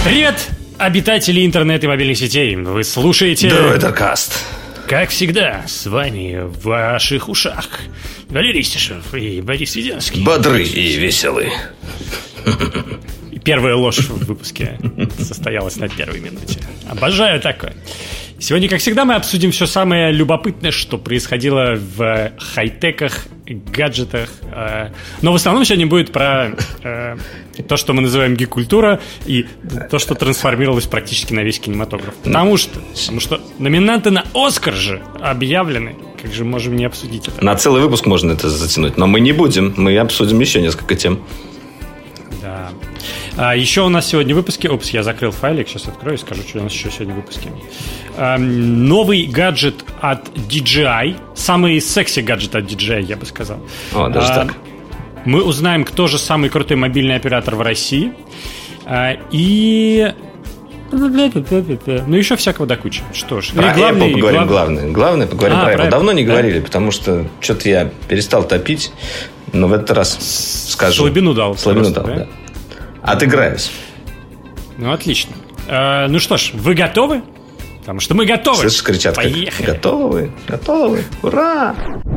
Привет, обитатели интернета и мобильных сетей. Вы слушаете Дроидеркаст. Как всегда, с вами в ваших ушах Валерий Стешев и Борис Веденский. Бодры и веселые. Первая ложь в выпуске состоялась на первой минуте. Обожаю такое. Сегодня, как всегда, мы обсудим все самое любопытное, что происходило в хай-теках, гаджетах. Но в основном сегодня будет про то, что мы называем гик-культура, и то, что трансформировалось практически на весь кинематограф. Потому что номинанты на «Оскар» же объявлены. Как же можем не обсудить это? На целый выпуск можно это затянуть, но мы не будем. Мы обсудим еще несколько тем. Да. Еще у нас сегодня в выпуске... я закрыл файлик, сейчас открою и скажу, что у нас еще сегодня в выпуске. Новый гаджет от DJI. Самый секси гаджет от DJI, я бы сказал. О, даже так. Мы узнаем, кто же самый крутой мобильный оператор в России. И... Ну, еще всякого до кучи. Что ж. Про Apple поговорим главное поговорим про Apple. Давно не говорили, потому что что-то я перестал топить. Но в этот раз скажу. Слабину дал. Да. Отыграюсь. Ну, отлично. Ну что ж, вы готовы? Потому что мы готовы. Слышишь, кричат. Поехали. Готовы? Готовы? Ура!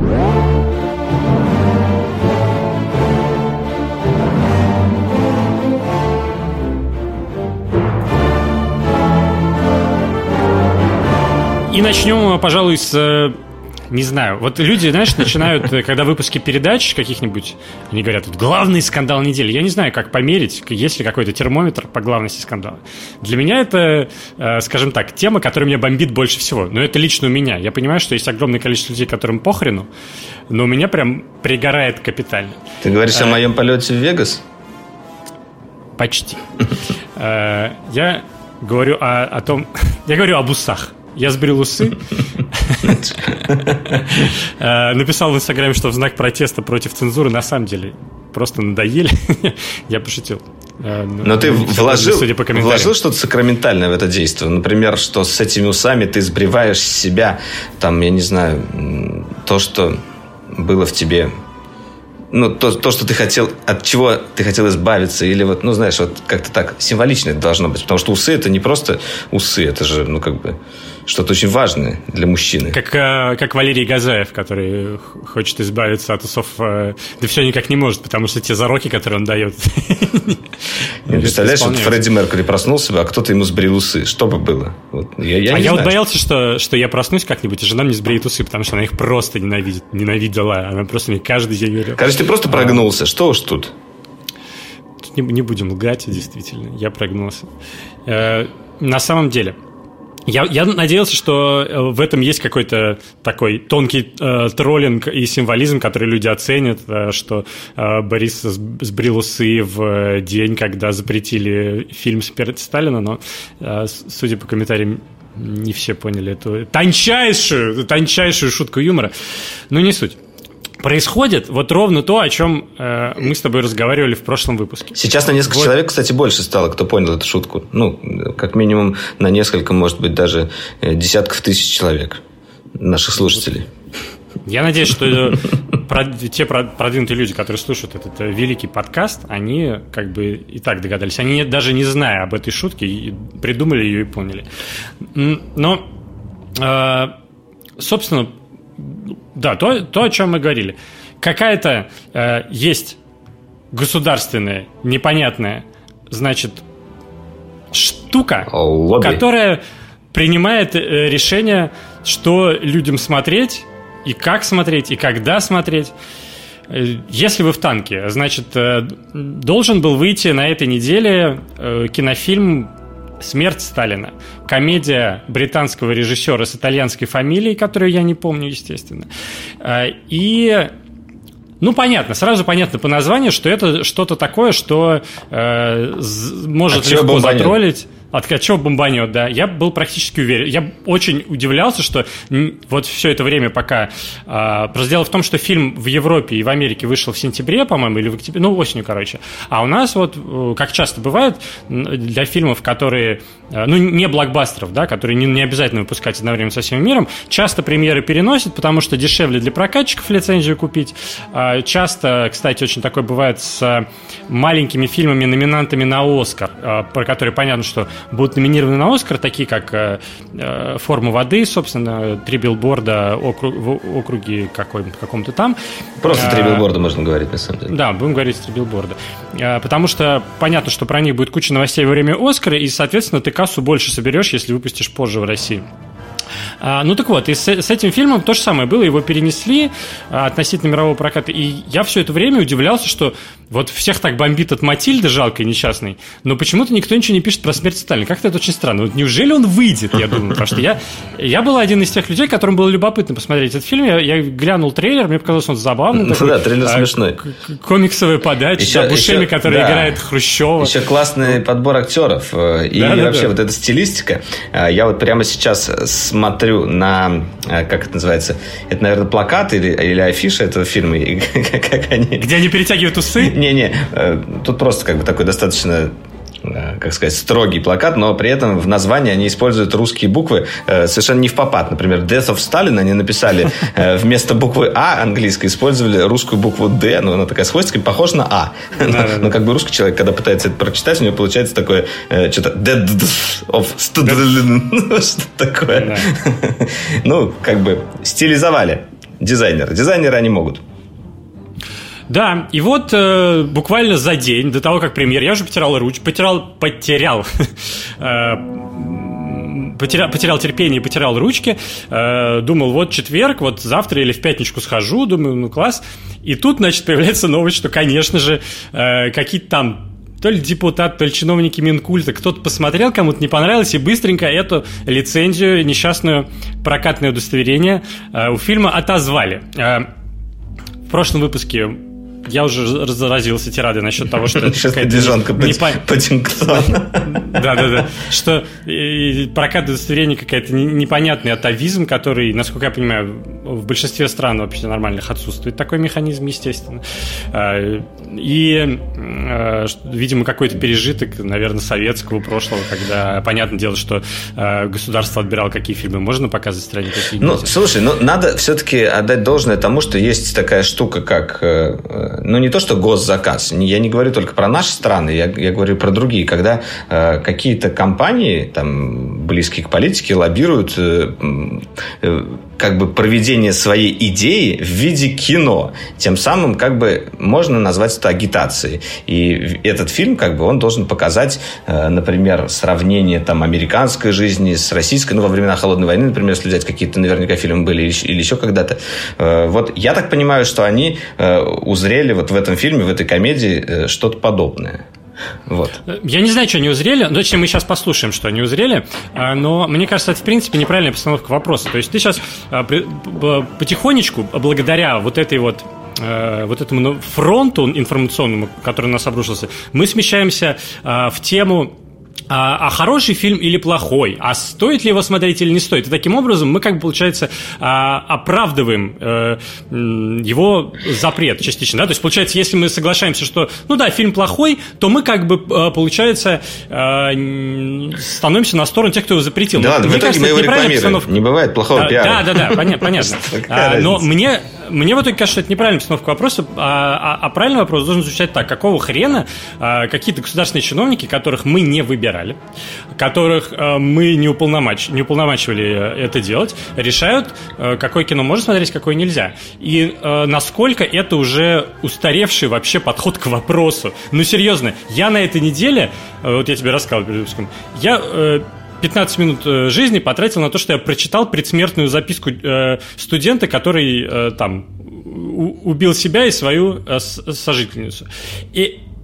И начнем, пожалуй, с... Не знаю, вот люди, знаешь, начинают, когда выпуски передач каких-нибудь, они говорят, вот главный скандал недели. Я не знаю, как померить, есть ли какой-то термометр по главности скандала. Для меня это, скажем так, тема, которая меня бомбит больше всего. Но это лично у меня. Я понимаю, что есть огромное количество людей, которым похрену, но у меня прям пригорает капитально. Ты говоришь о моем полете в Вегас? Почти. Я говорю о том... Я говорю об усах. Я сбрил усы. Написал в Инстаграме, что в знак протеста против цензуры. На самом деле просто надоели. Я пошутил. Но ты вложил что-то сакраментальное в это действие. Например, что с этими усами ты сбриваешь с себя, там, я не знаю, то, что было в тебе. Ну, то, что ты хотел, от чего ты хотел избавиться, или вот, ну, знаешь, вот как-то так символично это должно быть. Потому что усы — это не просто усы, это же, ну, как бы что-то очень важное для мужчины. Как Валерий Газаев, который хочет избавиться от усов, да все никак не может, потому что те зароки, которые он дает... Представляешь, вот Фредди Меркьюри проснулся бы, а кто-то ему сбрил усы. Что бы было? Я вот боялся, что я проснусь как-нибудь, и жена мне сбреет усы, потому что она их просто ненавидела. Она просто мне каждый день говорила. Короче, ты просто прогнулся. Что уж тут? Не будем лгать, действительно. Я прогнулся. На самом деле... Я надеялся, что в этом есть какой-то такой тонкий троллинг и символизм, который люди оценят, что Борис сбрил усы в день, когда запретили фильм «Смерть Сталина», но, судя по комментариям, не все поняли эту тончайшую шутку юмора. Но не суть. Происходит вот ровно то, о чем мы с тобой разговаривали в прошлом выпуске. Сейчас на несколько человек, кстати, больше стало, кто понял эту шутку. Ну, как минимум на несколько, может быть, даже десятков тысяч человек, наших слушателей. Я надеюсь, что те продвинутые люди, которые слушают этот великий подкаст, они как бы и так догадались. Они даже не зная об этой шутке, придумали ее и поняли. Но, собственно... Да, то, о чем мы говорили. Какая-то есть государственная, непонятная, значит, штука, которая принимает решение, что людям смотреть, и как смотреть, и когда смотреть. Если вы в танке, значит, должен был выйти на этой неделе кинофильм «Смерть Сталина». Комедия британского режиссера с итальянской фамилией, которую я не помню, естественно. И, ну, понятно, сразу понятно по названию, что это что-то такое, что может легко затроллить. от чего бомбанет, да, я был практически уверен. Я очень удивлялся, что вот все это время пока... Просто дело в том, что фильм в Европе и в Америке вышел в сентябре, по-моему, или в октябре, ну, осенью, короче. А у нас вот, как часто бывает, для фильмов, которые... Ну, не блокбастеров, да, которые не обязательно выпускать одновременно со всем миром, часто премьеры переносят, потому что дешевле для прокатчиков лицензию купить. Часто, кстати, очень такое бывает с маленькими фильмами-номинантами на «Оскар», про которые понятно, что будут номинированы на «Оскар», такие как «Форма воды», собственно, «Три билборда» в округе каком-то там. Просто «Три билборда» можно говорить, на самом деле. Да, будем говорить «Три билборда». Потому что понятно, что про них будет куча новостей во время «Оскара», и, соответственно, ты кассу больше соберешь, если выпустишь позже в России. Ну так вот, и с этим фильмом то же самое было, его перенесли относительно мирового проката, и я все это время удивлялся, что вот всех так бомбит от Матильды жалкой, несчастной, но почему-то никто ничего не пишет про смерть Сталина. Как-то это очень странно. Вот неужели он выйдет, я думаю, потому что я был один из тех людей, которым было любопытно посмотреть этот фильм, я глянул трейлер, мне показалось, он забавный. Ну да, трейлер смешной. Комиксовая подача, Бушеми, который играет Хрущева. Еще классный подбор актеров, и вообще вот эта стилистика. Я вот прямо сейчас смотрю на, как это называется, это, наверное, плакат или афиша этого фильма. Как они... Где они перетягивают усы? Не-не, тут просто как бы такой достаточно, как сказать, строгий плакат, но при этом в названии они используют русские буквы совершенно не впопад. Например, Death of Stalin они написали вместо буквы А английской использовали русскую букву Д, но она такая с хвостиком, похожа на А. Но как бы русский человек, когда пытается это прочитать, у него получается такое что-то Death of Stalin, что-то такое. Ну, как бы стилизовали дизайнеры. Дизайнеры они могут. Да, и вот буквально за день до того, как премьер, я уже потерял терпение и потерял ручки. Думал, вот четверг, вот завтра или в пятничку схожу. Думаю, ну класс. И тут, значит, появляется новость, что, конечно же, какие-то там то ли депутат, то ли чиновники Минкульта, кто-то посмотрел, кому-то не понравилось, и быстренько эту лицензию, несчастную прокатное удостоверение у фильма отозвали. В прошлом выпуске я уже заразился тирадой насчет того, что это какая-то движенка Паддингтона. Да. Что прокат удостоверения какая-то непонятный атовизм, который, насколько я понимаю, в большинстве стран вообще нормальных отсутствует такой механизм, естественно. И, видимо, какой-то пережиток, наверное, советского прошлого, когда, понятное дело, что государство отбирало, какие фильмы можно показывать в стране, какие нельзя. Ну, слушай, надо все-таки отдать должное тому, что есть такая штука, как... Ну, не то, что госзаказ. Я не говорю только про наши страны, я говорю про другие. Когда какие-то компании, там, близкие к политике, лоббируют как бы проведение своей идеи в виде кино. Тем самым как бы можно назвать это агитацией. И этот фильм как бы он должен показать, например, сравнение там американской жизни с российской, ну, во времена Холодной войны, например, если взять какие-то наверняка фильмы были или еще когда-то. Вот я так понимаю, что они узрели вот в этом фильме, в этой комедии что-то подобное. Вот. Я не знаю, что они узрели, но точнее мы сейчас послушаем, что они узрели, но мне кажется, это в принципе неправильная постановка вопроса. То есть ты сейчас потихонечку, благодаря вот этому фронту информационному, который на нас обрушился, мы смещаемся в тему: а хороший фильм или плохой? А стоит ли его смотреть или не стоит? И таким образом мы, как бы, получается, оправдываем его запрет частично. Да? То есть, получается, если мы соглашаемся, что, ну да, фильм плохой, то мы, как бы, получается, становимся на сторону тех, кто его запретил. Да, в итоге мы его рекламируем. Не бывает плохого пиара. Да, понятно. Но мне в итоге кажется, что это неправильная постановка вопроса, а правильный вопрос должен звучать так: какого хрена какие-то государственные чиновники, которых мы не выбирали, которых мы не уполномачивали это делать, решают, какое кино можно смотреть, какое нельзя. И насколько это уже устаревший вообще подход к вопросу. Ну, серьезно, я на этой неделе, вот я тебе рассказывал перед выпуском, я 15 минут жизни потратил на то, что я прочитал предсмертную записку студента, который там убил себя и свою сожительницу. И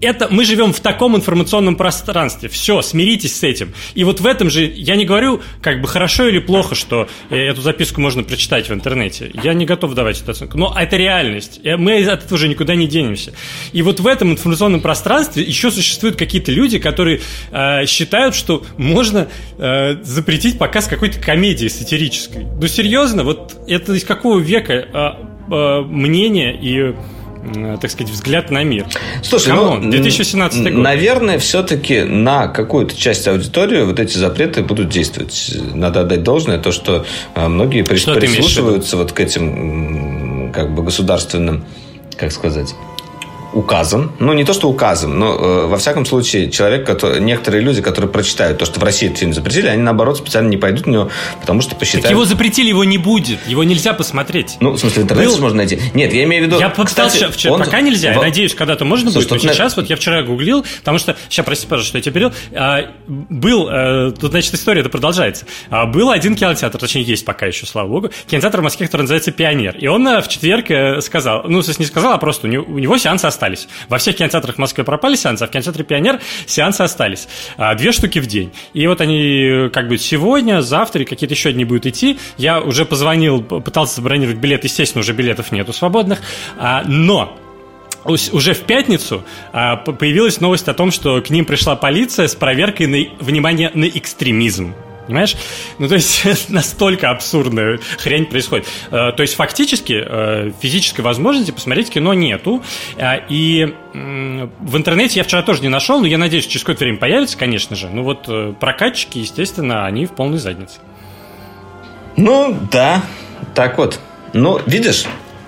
мы живем в таком информационном пространстве. Все, смиритесь с этим. И вот в этом же, я не говорю, как бы хорошо или плохо, что эту записку можно прочитать в интернете. Я не готов давать эту оценку. Но это реальность. Мы от этого уже никуда не денемся. И вот в этом информационном пространстве еще существуют какие-то люди, которые считают, что можно запретить показ какой-то комедии сатирической. Ну, серьезно? Вот это из какого века мнение и... так сказать, взгляд на мир. Слушай, 2017 год. Наверное, все-таки на какую-то часть аудитории вот эти запреты будут действовать. Надо отдать должное, то, что многие прислушиваются вот к этим как бы государственным, как сказать, указом. Ну, не то, что указом, но, во всяком случае, некоторые люди, которые прочитают то, что в России этот фильм запретили, они, наоборот, специально не пойдут на него, потому что посчитают... Так его запретили, его не будет. Его нельзя посмотреть. Ну, в смысле, в интернете можно найти. Нет, я имею в виду... Я попытался вчера, пока нельзя. Я надеюсь, когда-то можно будет. Но сейчас, вот я вчера гуглил, потому что... Сейчас, прости, пожалуйста, что я тебя перебил. Тут, значит, история это продолжается. Был один кинотеатр, точнее, есть пока еще, слава богу, кинотеатр в Москве, который называется «Пионер». И он в четверг сказал, ну, не сказал, а просто у него сеансы остались. Во всех кинотеатрах в Москве пропали сеансы, а в кинотеатре «Пионер» сеансы остались. 2 штуки в день. И вот они как бы сегодня, завтра и какие-то еще дни будут идти. Я уже позвонил, пытался забронировать билет. Естественно, уже билетов нету свободных. Но... уже в пятницу появилась новость о том, что к ним пришла полиция с проверкой на экстремизм. Понимаешь? Ну, то есть, настолько абсурдная хрень происходит. То есть, фактически, физической возможности посмотреть кино нету. И в интернете я вчера тоже не нашел, но я надеюсь, через какое-то время появится, конечно же. Ну, вот прокатчики, естественно, они в полной заднице. Ну, да. Так вот. Ну, видишь...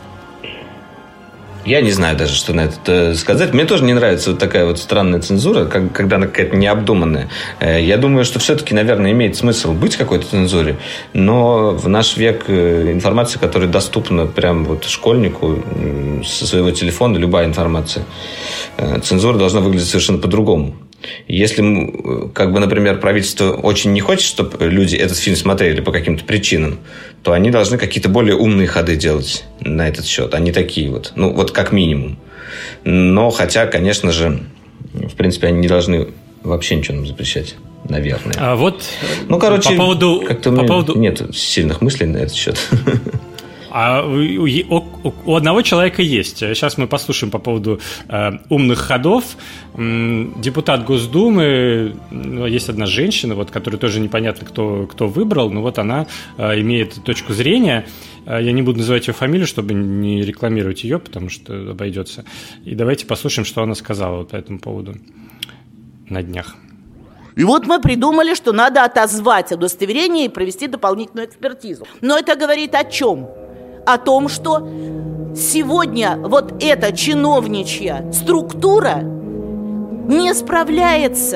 Я не знаю даже, что на это сказать. Мне тоже не нравится вот такая вот странная цензура, когда она какая-то необдуманная. Я думаю, что все-таки, наверное, имеет смысл быть какой-то цензуре, но в наш век информация, которая доступна прям вот школьнику со своего телефона, любая информация, цензура должна выглядеть совершенно по-другому. Если, как бы, например, правительство очень не хочет, чтобы люди этот фильм смотрели по каким-то причинам, то они должны какие-то более умные ходы делать на этот счет, а не такие вот. Ну, вот как минимум. Но, хотя, конечно же, в принципе, они не должны вообще ничего нам запрещать, наверное. А вот, ну, короче, по поводу... нет сильных мыслей на этот счет. А у одного человека есть. Сейчас мы послушаем по поводу умных ходов. Депутат Госдумы, есть одна женщина, вот, которую тоже непонятно, кто выбрал, но вот она имеет точку зрения. Я не буду называть ее фамилию, чтобы не рекламировать ее, потому что обойдется. И давайте послушаем, что она сказала вот по этому поводу на днях. И вот мы придумали, что надо отозвать удостоверение и провести дополнительную экспертизу. Но это говорит о чем? О том, что сегодня вот эта чиновничья структура не справляется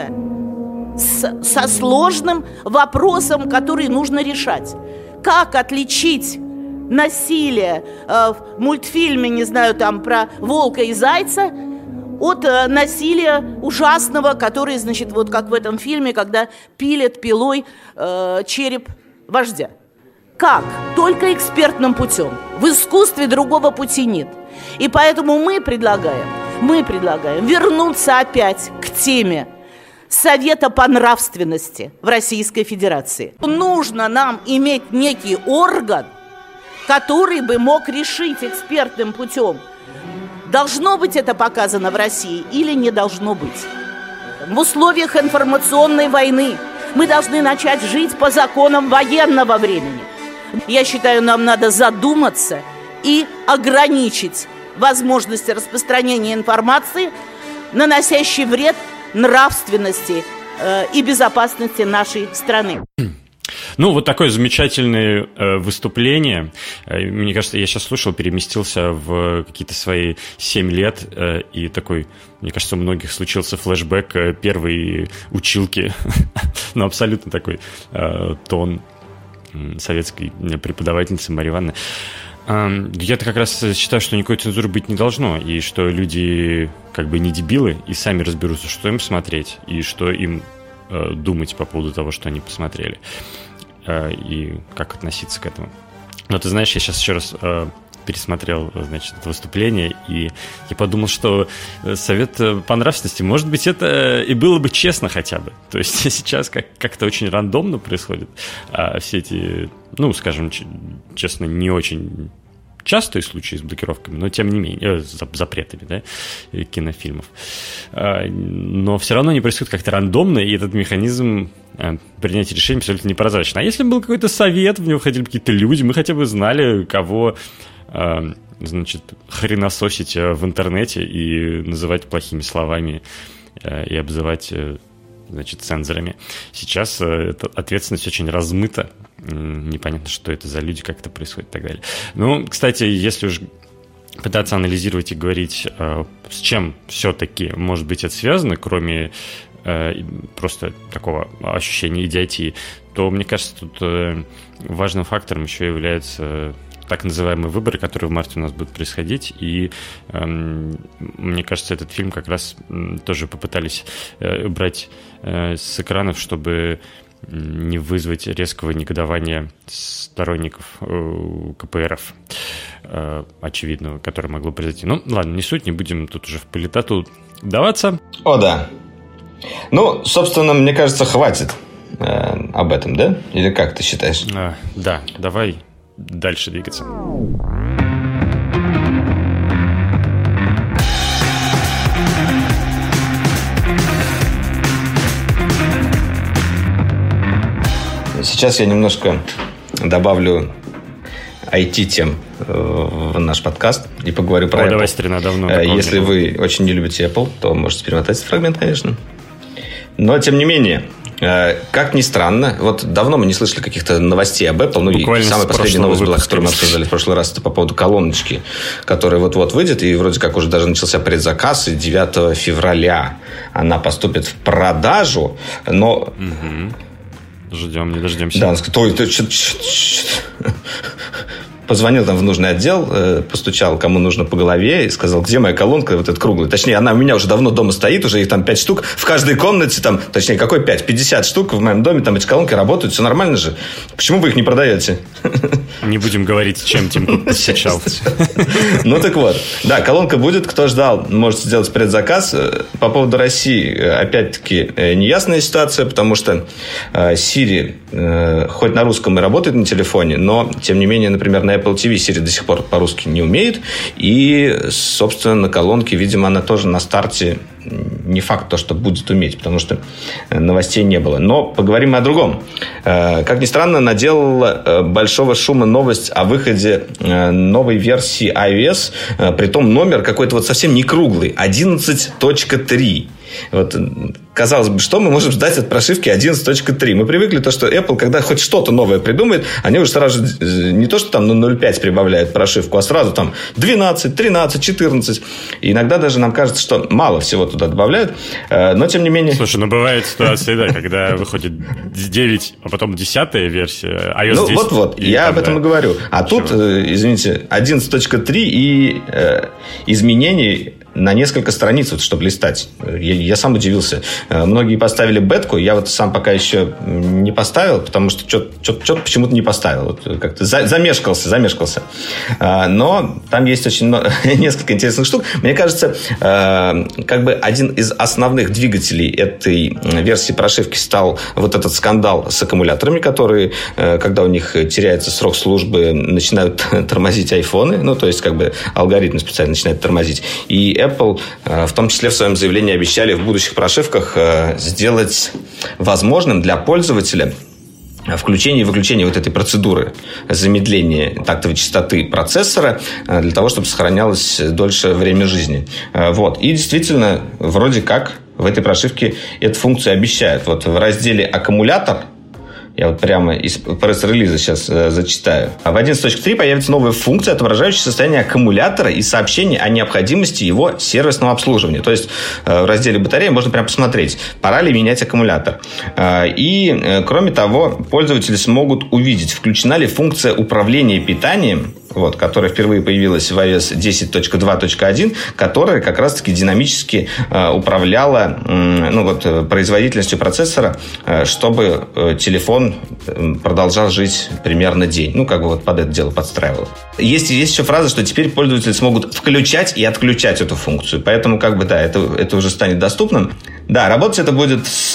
со сложным вопросом, который нужно решать. Как отличить насилие в мультфильме, не знаю, там про волка и зайца от насилия ужасного, которое, значит, вот как в этом фильме, когда пилят пилой череп вождя. Как? Только экспертным путем. В искусстве другого пути нет. И поэтому мы предлагаем вернуться опять к теме Совета по нравственности в Российской Федерации. Нужно нам иметь некий орган, который бы мог решить экспертным путем, должно быть это показано в России или не должно быть. В условиях информационной войны мы должны начать жить по законам военного времени. Я считаю, нам надо задуматься и ограничить возможности распространения информации, наносящей вред нравственности и безопасности нашей страны. Ну, вот такое замечательное выступление. Мне кажется, я сейчас слушал, переместился в какие-то свои 7 лет, и такой, мне кажется, у многих случился флешбэк первой училки, ну, абсолютно такой тон советской преподавательницы Марии Ивановны. Я-то как раз считаю, что никакой цензуры быть не должно, и что люди как бы не дебилы и сами разберутся, что им смотреть, и что им думать по поводу того, что они посмотрели, и как относиться к этому. Но ты знаешь, я сейчас еще раз пересмотрел, значит, это выступление, и я подумал, что совет по нравственности, может быть, это и было бы честно хотя бы. То есть сейчас как-то очень рандомно происходит, а все эти, ну, скажем честно, не очень частые случаи с блокировками, но тем не менее, запретами, да, кинофильмов. Но все равно они происходят как-то рандомно, и этот механизм принятия решений абсолютно непрозрачен. А если был какой-то совет, в него входили какие-то люди, мы хотя бы знали, кого, значит, хренососить в интернете и называть плохими словами и обзывать, значит, цензорами. Сейчас эта ответственность очень размыта. Непонятно, что это за люди, как это происходит и так далее. Ну, кстати, если уж пытаться анализировать и говорить, с чем все-таки, может быть, это связано, кроме просто такого ощущения идиотии, то, мне кажется, тут важным фактором еще является так называемые выборы, которые в марте у нас будут происходить. И мне кажется, этот фильм как раз тоже попытались брать с экранов, чтобы не вызвать резкого негодования сторонников КПРФ, очевидного, которое могло произойти. Ну, ладно, не суть, не будем тут уже в политоту вдаваться. О, да. Ну, собственно, мне кажется, хватит об этом, да? Или как ты считаешь? Да, давай дальше двигаться. Сейчас я немножко добавлю IT-тем в наш подкаст и поговорю про Apple. Давай, старина, давно. Если вы очень не любите Apple, то можете перемотать этот фрагмент, конечно. Но, тем не менее, как ни странно, вот давно мы не слышали каких-то новостей об Apple. Ну, и самая последняя новость была, которую мы обсуждали в прошлый раз, это по поводу колоночки, которая вот-вот выйдет, и вроде как уже даже начался предзаказ, и 9 февраля она поступит в продажу, но... Ждем, не дождемся. Да, он сказал, позвонил там в нужный отдел, постучал, кому нужно, по голове, и сказал, где моя колонка, вот эта круглая. Точнее, она у меня уже давно дома стоит, уже их там 5 штук. В каждой комнате, там, точнее, какой 5? 50 штук в моем доме, там эти колонки работают, все нормально же. Почему вы их не продаете? Не будем говорить, чем Тим Кук постучал. Ну, так вот. Да, колонка будет. Кто ждал, может сделать предзаказ. По поводу России, опять-таки, неясная ситуация, потому что Siri, хоть на русском и работает на телефоне, но, тем не менее, например, на Apple TV Siri до сих пор по-русски не умеет. И, собственно, на колонке, видимо, она тоже на старте не факт то, что будет уметь, потому что новостей не было. Но поговорим о другом. Как ни странно, наделала большого шума новость о выходе новой версии iOS, притом номер какой-то вот совсем не круглый, 11.3. Вот, казалось бы, что мы можем ждать от прошивки 11.3? Мы привыкли то, что Apple, когда хоть что-то новое придумает, они уже сразу не то, что там на 0.5 прибавляют прошивку, а сразу там 12, 13, 14. И иногда даже нам кажется, что мало всего туда добавляют. Но, тем не менее... Слушай, ну бывает ситуация, да, когда выходит 9, а потом 10-я версия, iOS 10. Ну, вот-вот, я об этом и говорю. А тут, извините, 11.3 и изменений на несколько страниц, вот, чтобы листать. Я сам удивился. Многие поставили бетку, я вот сам пока еще не поставил, потому что что-то почему-то не поставил. Вот, как-то замешкался. Но там есть очень несколько интересных штук. Мне кажется, как бы один из основных двигателей этой версии прошивки стал вот этот скандал с аккумуляторами, которые, когда у них теряется срок службы, начинают тормозить айфоны. Ну, то есть, как бы алгоритм специально начинает тормозить. И Apple, в том числе в своем заявлении, обещали в будущих прошивках сделать возможным для пользователя включение и выключение вот этой процедуры замедления тактовой частоты процессора для того, чтобы сохранялось дольше время жизни. Вот. И действительно, вроде как в этой прошивке эту функцию обещают. Вот в разделе «Аккумулятор», я вот прямо из пресс-релиза сейчас зачитаю. В 11.3 появится новая функция, отображающая состояние аккумулятора и сообщение о необходимости его сервисного обслуживания. То есть в разделе батареи можно прямо посмотреть, пора ли менять аккумулятор. И, кроме того, пользователи смогут увидеть, включена ли функция управления питанием вот, которая впервые появилась в iOS 10.2.1, которая как раз-таки динамически управляла производительностью процессора, чтобы телефон продолжал жить примерно день. Под это дело подстраивал. Есть еще фраза, что теперь пользователи смогут включать и отключать эту функцию. Поэтому, это уже станет доступным. Да, работать это будет с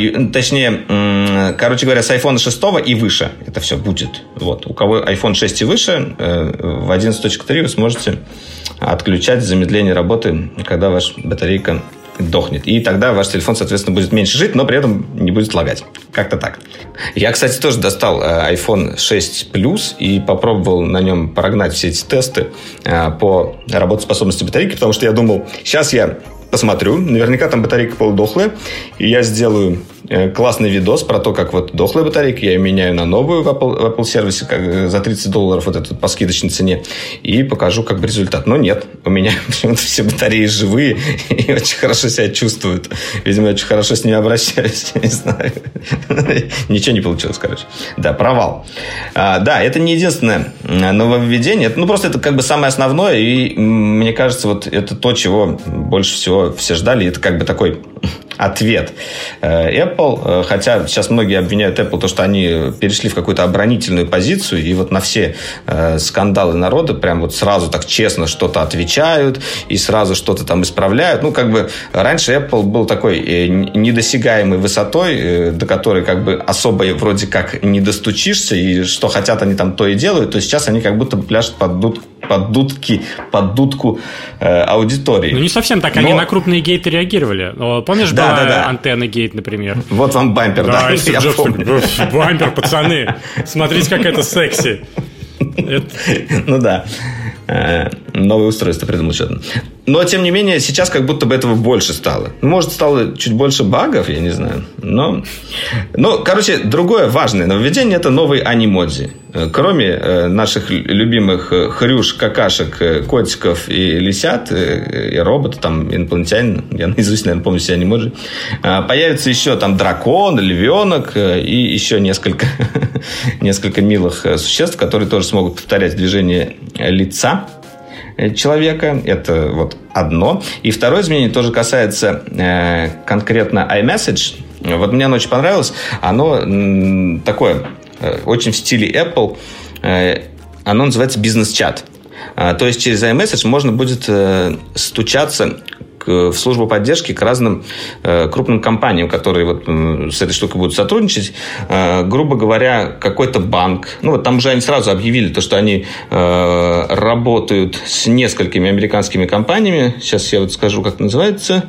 iPhone 6 и выше. Это все будет. Вот. У кого iPhone 6 и выше, в 11.3 вы сможете отключать замедление работы, когда ваша батарейка дохнет. И тогда ваш телефон, соответственно, будет меньше жить, но при этом не будет лагать. Как-то так. Я, кстати, тоже достал iPhone 6 Plus и попробовал на нем прогнать все эти тесты по работоспособности батарейки, потому что я думал, сейчас я посмотрю, наверняка там батарейка полудохлая, и я сделаю классный видос про то, как вот дохлая батарейка, я ее меняю на новую в Apple сервисе за $30 вот эту по скидочной цене, и покажу как бы результат. Но нет, у меня почему-то все батареи живые и очень хорошо себя чувствуют. Видимо, я очень хорошо с ними обращаюсь, я не знаю. Ничего не получилось, короче. Да, провал. Да, это не единственное нововведение, просто это как бы самое основное, и мне кажется, вот это то, чего больше всего все ждали, это как бы такой ответ Apple, хотя сейчас многие обвиняют Apple, то, что они перешли в какую-то оборонительную позицию, и вот на все скандалы народа прям вот сразу так честно что-то отвечают, и сразу что-то там исправляют. Раньше Apple был такой недосягаемой высотой, до которой как бы особо вроде как не достучишься, и что хотят они там то и делают, то сейчас они как будто пляшут под дудку аудитории. Не совсем так, они на крупные гейты реагировали. Помнишь, была антенна гейт, например? Вот вам бампер, да? Я помню. Бампер, пацаны. Смотрите, как это секси. Да. Новое устройство придумал что-то. Но, тем не менее, сейчас как будто бы этого больше стало. Может, стало чуть больше багов, я не знаю. Другое важное нововведение – это новый анимодзи. Кроме наших любимых хрюш, какашек, котиков и лисят, и робота, там, инопланетянин, я наизусть, наверное, помню все анимоджи, появится еще там дракон, львенок и еще несколько милых существ, которые тоже смогут повторять движение лица человека. Это вот одно. И второе изменение тоже касается конкретно iMessage. Вот мне оно очень понравилось. Оно такое очень в стиле Apple. Оно называется бизнес-чат. То есть через iMessage можно будет стучаться в службу поддержки к разным крупным компаниям, которые вот с этой штукой будут сотрудничать. Грубо говоря, какой-то банк. Там уже они сразу объявили то, что они работают с несколькими американскими компаниями. Сейчас я вот скажу, как называется.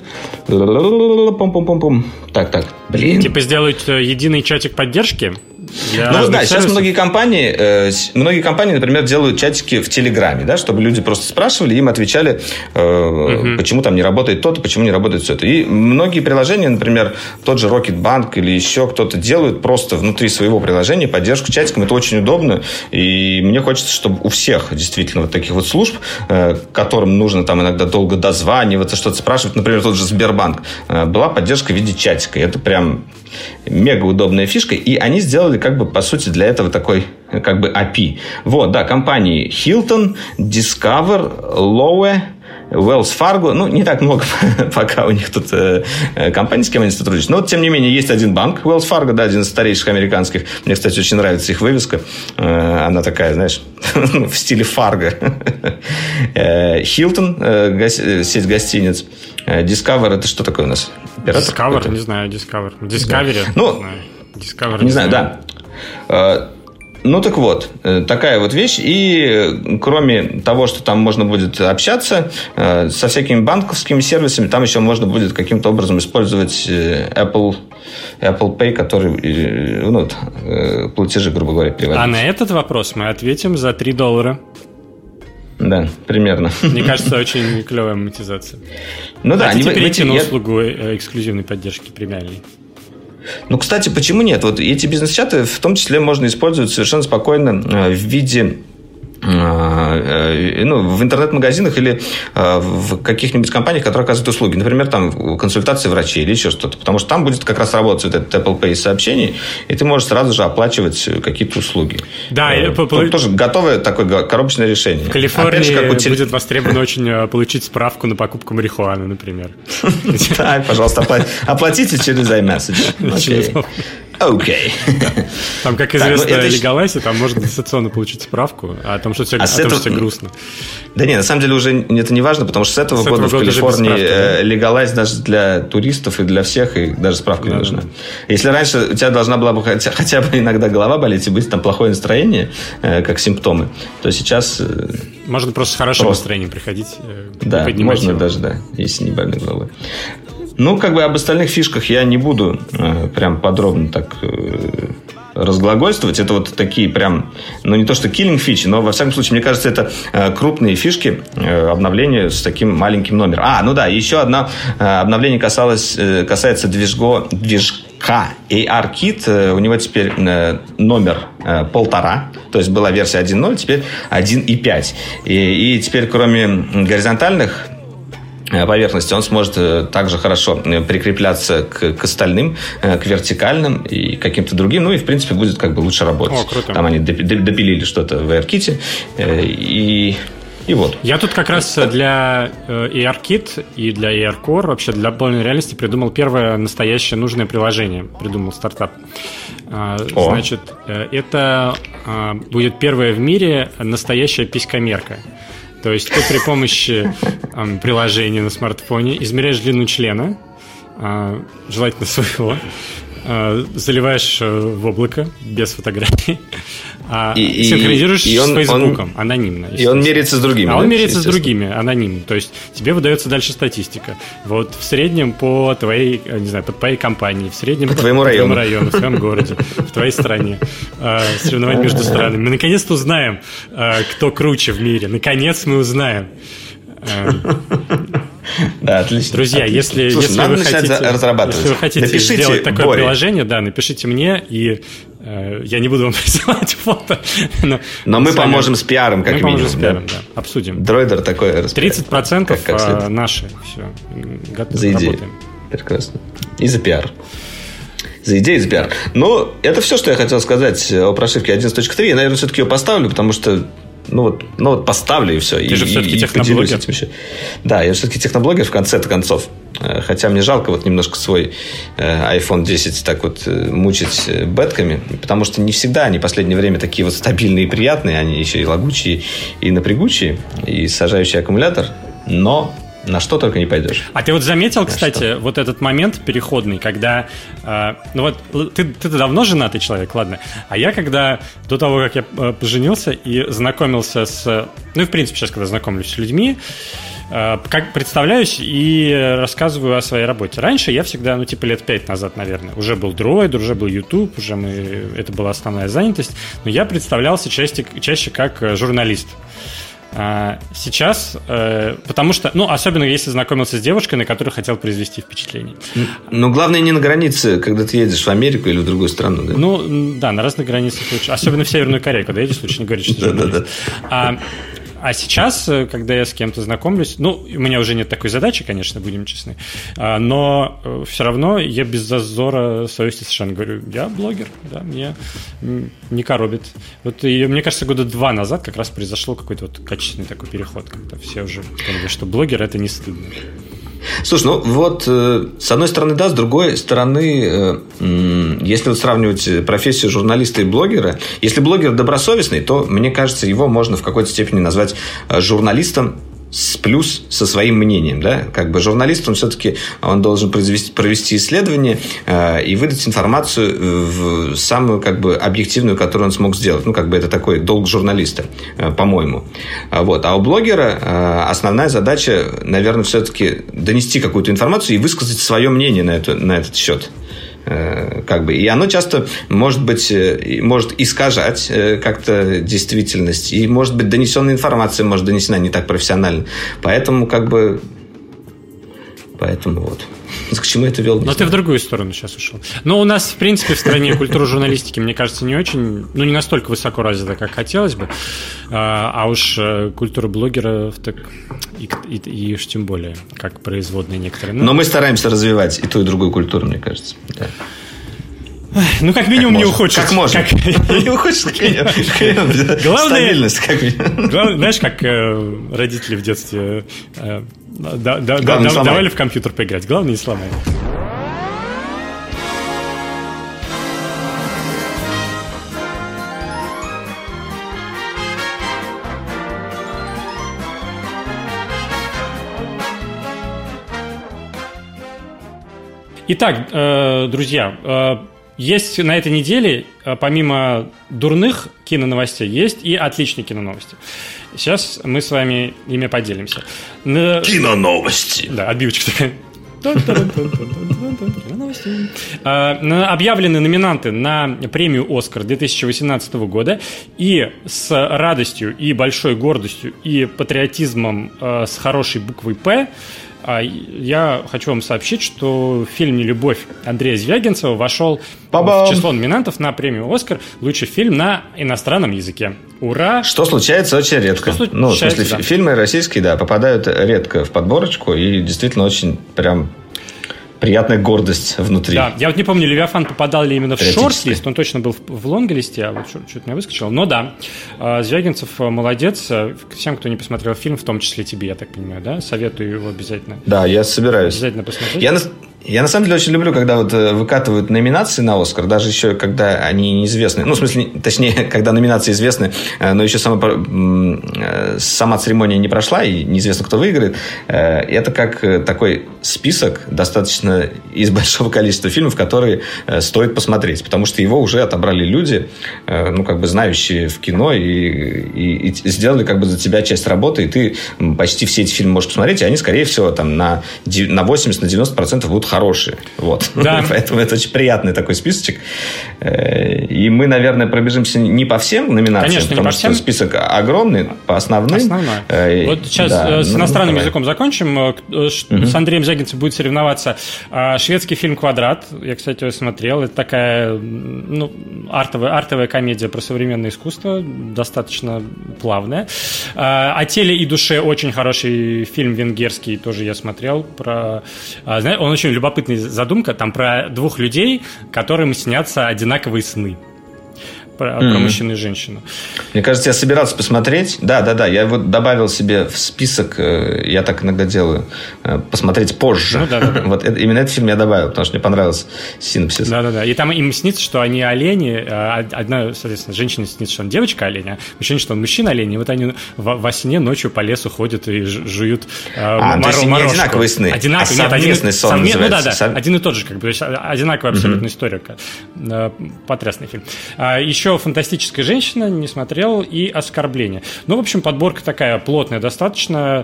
Так. Типа сделают единый чатик поддержки? Сейчас многие компании, например, делают чатики в Телеграме, да, чтобы люди просто спрашивали, им отвечали, почему там не работает то-то, почему не работает все это. И многие приложения, например, тот же Rocketbank или еще кто-то делают просто внутри своего приложения поддержку чатикам. Это очень удобно. И мне хочется, чтобы у всех действительно вот таких вот служб, которым нужно там иногда долго дозваниваться, что-то спрашивать, например, тот же Сбербанк, была поддержка в виде чатика. И это прям мега удобная фишка. И они сделали как бы по сути для этого такой как бы API. Вот, да, компании Hilton, Discover, Lowe, Wells Fargo. Не так много пока у них тут компаний, с кем они сотрудничают. Но, тем не менее, есть один банк, Wells Fargo, да, один из старейших американских. Мне, кстати, очень нравится их вывеска. Она такая, знаешь, в стиле Fargo. Hilton, сеть гостиниц. Discover, это что такое у нас? Оператор? Discover, не знаю, Discover. Discovery. Discover, не знаю, да. Так вот, такая вот вещь. И кроме того, что там можно будет общаться со всякими банковскими сервисами, там еще можно будет каким-то образом использовать Apple Pay, который платежи, грубо говоря, переводить. А на этот вопрос мы ответим за $3. Да, примерно. Мне кажется, очень клевая монетизация. Хотите перейти на услугу эксклюзивной поддержки премиальной? Кстати, почему нет? Вот эти бизнес-чаты в том числе можно использовать совершенно спокойно в виде в интернет-магазинах или в каких-нибудь компаниях, которые оказывают услуги. Например, там консультации врачей или еще что-то. Потому что там будет как раз работать вот этот Apple Pay сообщений, и ты можешь сразу же оплачивать какие-то услуги. Да, тоже готовое такое коробочное решение. В Калифорнии будет востребовано очень получить справку на покупку марихуаны, например. Да, пожалуйста, оплатите через iMessage. Окей. Там, как известно, Легалайзе, там можно дистанционно получить справку о том, что все грустно. Да нет, на самом деле уже это не важно, потому что с этого года в Калифорнии Легалайз даже для туристов и для всех, и даже справка не нужна. Если раньше у тебя должна была бы хотя бы иногда голова болеть и быть там плохое настроение, как симптомы, то сейчас... Можно просто с хорошим настроением приходить. Да, можно даже, да, если не больной головой. Об остальных фишках я не буду прям подробно так разглагольствовать. Это вот такие прям, не то что killing фичи, но во всяком случае, мне кажется, это крупные фишки обновления с таким маленьким номером. Еще одно обновление касается движка ARKit. У него теперь номер 1.5, то есть была версия 1.0, теперь 1.5. И теперь кроме горизонтальных поверхности, он сможет также хорошо прикрепляться к остальным, к вертикальным и каким-то другим. И, в принципе, будет лучше работать. Круто. Там они допилили что-то в ARKit. И вот. Я тут как раз для ARKit и для ARCore, вообще для дополненной реальности придумал первое настоящее нужное приложение. Придумал стартап. Значит, это будет первое в мире настоящая писькомерка. То есть ты при помощи приложения на смартфоне измеряешь длину члена, желательно своего, заливаешь в облако без фотографий, синхронизируешь с Фейсбуком анонимно. И он меряется с другими. Он меряется с другими анонимно. То есть тебе выдается дальше статистика. Вот в среднем по твоей, не знаю, по твоей компании, в среднем по твоему району, в твоем городе, в твоей стране. Соревнования между странами. Мы наконец-то узнаем, кто круче в мире. Наконец мы узнаем. Да, отлично. Друзья, если вы хотите сделать такое приложение, напишите мне, и я не буду вам присылать фото. Но мы поможем с пиаром, как минимум. Мы поможем с пиаром, да. Обсудим. Дроидер такой 30% наши. Все. За идею. Прекрасно. И за пиар. За идею, за пиар. Это все, что я хотел сказать о прошивке 11.3. Я, наверное, все-таки ее поставлю, потому что поставлю и все. Ты же все-таки техноблогер. Да, я все-таки техноблогер в конце-то концов. Хотя мне жалко немножко свой iPhone 10 так мучить бэтками, потому что не всегда они в последнее время такие стабильные и приятные. Они еще и лагучие, и напрягучие, и сажающий аккумулятор. Но на что только не пойдешь. А ты заметил, кстати, этот момент переходный, когда... ты давно женатый человек, ладно. А я до того, как я поженился и знакомился с... в принципе, сейчас, когда знакомлюсь с людьми, как представляюсь и рассказываю о своей работе. Раньше я всегда, лет 5 назад, наверное, уже был Дроидер, уже был YouTube, это была основная занятость, но я представлялся чаще как журналист. Сейчас, потому что, особенно если знакомился с девушкой, на которую хотел произвести впечатление. Но главное не на границе, когда ты едешь в Америку или в другую страну, да? На разных границах лучше. Особенно в Северную Корею, когда едешь, лучше не говорить, что ты журналист. А сейчас, когда я с кем-то знакомлюсь, у меня уже нет такой задачи, конечно, будем честны, но все равно я без зазора совести совершенно говорю, я блогер, да, меня не коробит. И мне кажется, 2 года назад как раз произошел какой-то качественный такой переход, когда все уже поняли, что блогер – это не стыдно. Слушай, с одной стороны, да, с другой стороны, если сравнивать профессию журналиста и блогера, если блогер добросовестный, то, мне кажется, его можно в какой-то степени назвать журналистом плюс со своим мнением, да, журналист, он все-таки должен провести исследование и выдать информацию в самую объективную, которую он смог сделать. Это такой долг журналиста, по-моему. А у блогера основная задача, наверное, все-таки донести какую-то информацию и высказать свое мнение на этот счет. И оно часто может искажать как-то действительность, и, может быть, донесенная информация может донесена не так профессионально. Поэтому вот. К чему это вел? Но ты в другую сторону сейчас ушел. Но у нас, в принципе, в стране культура журналистики, мне кажется, не очень, ну, не настолько высоко развита, как хотелось бы. А уж культура блогеров, так и уж тем более, как производные некоторые. Но мы стараемся развивать и ту, и другую культуру, мне кажется. Да. Ну, как минимум, не ухудшить. Как можно. Не ухудшить. Стабильность. Знаешь, как родители в детстве давали в компьютер поиграть. Главное, не сломай. Итак, друзья, есть на этой неделе, помимо дурных киноновостей, есть и отличные киноновости. Сейчас мы с вами ими поделимся. Киноновости. Да, отбивочка такая. Объявлены номинанты на премию «Оскар» 2018 года. И с радостью, и большой гордостью, и патриотизмом с хорошей буквой «П» я хочу вам сообщить, что фильм «Нелюбовь» Андрея Звягинцева вошел в число номинантов на премию «Оскар» лучший фильм на иностранном языке. Ура! Что случается очень редко. Ну, в смысле, да. Фильмы российские, да, попадают редко в подборочку, и действительно очень прям приятная гордость внутри. Да, я вот не помню, «Левиафан» попадал ли именно в шорт-лист, он точно был в лонг-листе, а вот что-то меня выскочило. Но да, Звягинцев молодец. Всем, кто не посмотрел фильм, в том числе тебе, я так понимаю, да? Советую его обязательно. Да, я собираюсь. Обязательно посмотреть. Я на самом деле очень люблю, когда вот выкатывают номинации на «Оскар», даже еще когда они неизвестны. Ну, в смысле, точнее, когда номинации известны, но еще сама церемония не прошла, и неизвестно, кто выиграет. Это как такой список достаточно из большого количества фильмов, которые стоит посмотреть. Потому что его уже отобрали люди, ну, как бы знающие в кино, и сделали как бы за тебя часть работы, и ты почти все эти фильмы можешь посмотреть, и они, скорее всего, там на 80-90% будут хорошие. Вот. Да. Поэтому это очень приятный такой списочек. И мы, наверное, пробежимся не по всем номинациям, конечно, потому что список огромный, по основным. Основной. Вот сейчас с иностранным языком закончим. С Андреем Звягинцевым будет соревноваться шведский фильм «Квадрат». Я, кстати, его смотрел. Это такая артовая комедия про современное искусство, достаточно плавная. «О теле и душе» очень хороший фильм венгерский, тоже я смотрел. Он очень любопытная задумка, там про двух людей, которым снятся одинаковые сны. Про мужчину и женщину. Мне кажется, я собирался посмотреть. Да. Я его добавил себе в список. Я так иногда делаю. Посмотреть позже. Да. Вот именно этот фильм я добавил, потому что мне понравился синопсис. Да. И там им снится, что они олени. Одна, соответственно, женщине снится, что он девочка-олень, а мужчине, что он мужчина-олень. И вот они во сне ночью по лесу ходят и жуют то есть не одинаковые сны, одинаковые, а совместный сон называется. Один и тот же, как бы. То есть одинаковая абсолютно история. Потрясный фильм. Еще «Фантастическая женщина» не смотрел, и «Оскорбление». Ну, в общем, подборка такая плотная достаточно.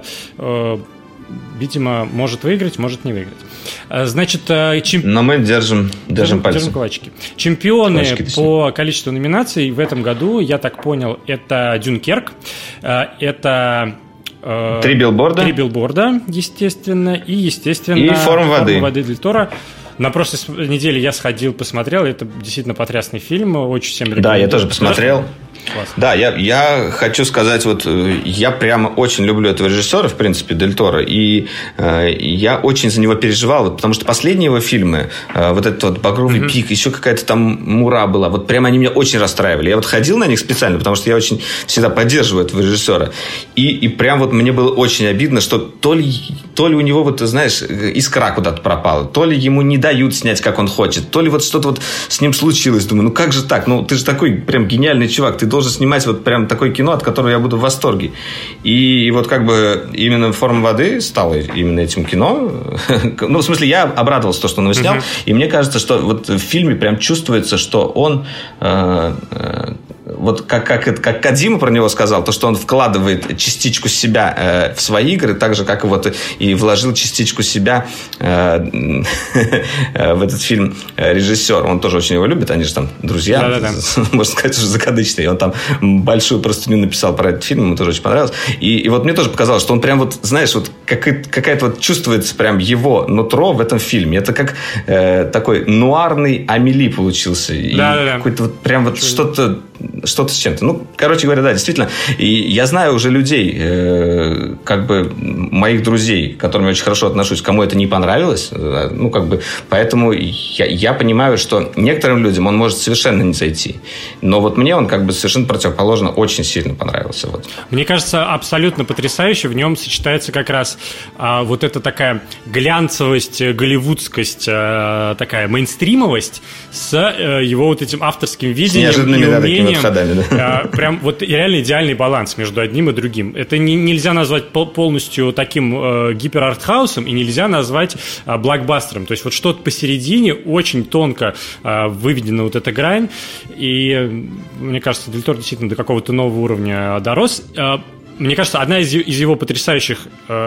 Видимо, может выиграть, может не выиграть. Значит, но мы держим пальцы. Держим кулачки. Чемпионы по количеству номинаций в этом году, я так понял, это «Дюнкерк», это... «Три билборда», естественно, и «Форма воды» Дель Торо. На прошлой неделе я сходил, посмотрел. Это действительно потрясный фильм. Очень всем рекомендую. Да, я тоже посмотрел. Класс. Да, я хочу сказать, вот я прямо очень люблю этого режиссера, в принципе, Дель Торо, и я очень за него переживал, вот, потому что последние его фильмы, вот этот вот «Багровый пик», еще какая-то там «Мура» была, вот прямо они меня очень расстраивали. Я вот ходил на них специально, потому что я очень всегда поддерживаю этого режиссера, и прям вот мне было очень обидно, что то ли у него, вот, знаешь, искра куда-то пропала, то ли ему не дают снять, как он хочет, то ли вот что-то вот с ним случилось. Думаю, ну как же так? Ну ты же такой прям гениальный чувак, ты должен снимать вот прям такое кино, от которого я буду в восторге. И вот как бы именно «Форма воды» стала именно этим кино. Ну, в смысле, я обрадовался, то, что он его снял. И мне кажется, что вот в фильме прям чувствуется, что он... вот как Кодзима про него сказал, то, что он вкладывает частичку себя в свои игры, так же, как вот и вложил частичку себя в этот фильм режиссер. Он тоже очень его любит, они же там друзья, можно сказать, уже закадычные. Он там большую простыню написал про этот фильм, ему тоже очень понравилось. И вот мне тоже показалось, что он прям вот, знаешь, вот какая-то вот чувствуется прям его нутро в этом фильме. Это как такой нуарный Амели получился. И какой-то вот прям вот что-то с чем-то. Ну, короче говоря, да, действительно. И я знаю уже людей, как бы моих друзей, к которым я очень хорошо отношусь, кому это не понравилось. Ну, как бы, поэтому я понимаю, что некоторым людям он может совершенно не зайти. Но вот мне он как бы совершенно противоположно очень сильно понравился. Вот. Мне кажется, абсолютно потрясающе. В нем сочетается как раз вот эта такая глянцевость, голливудскость, такая мейнстримовость с его вот этим авторским видением и умением. Прям вот реально идеальный баланс между одним и другим. Это нельзя назвать полностью таким гиперартхаусом и нельзя назвать блокбастером. То есть вот что-то посередине, очень тонко выведена вот эта грань. И мне кажется, Дель Торо действительно до какого-то нового уровня дорос. Мне кажется, одно из его потрясающих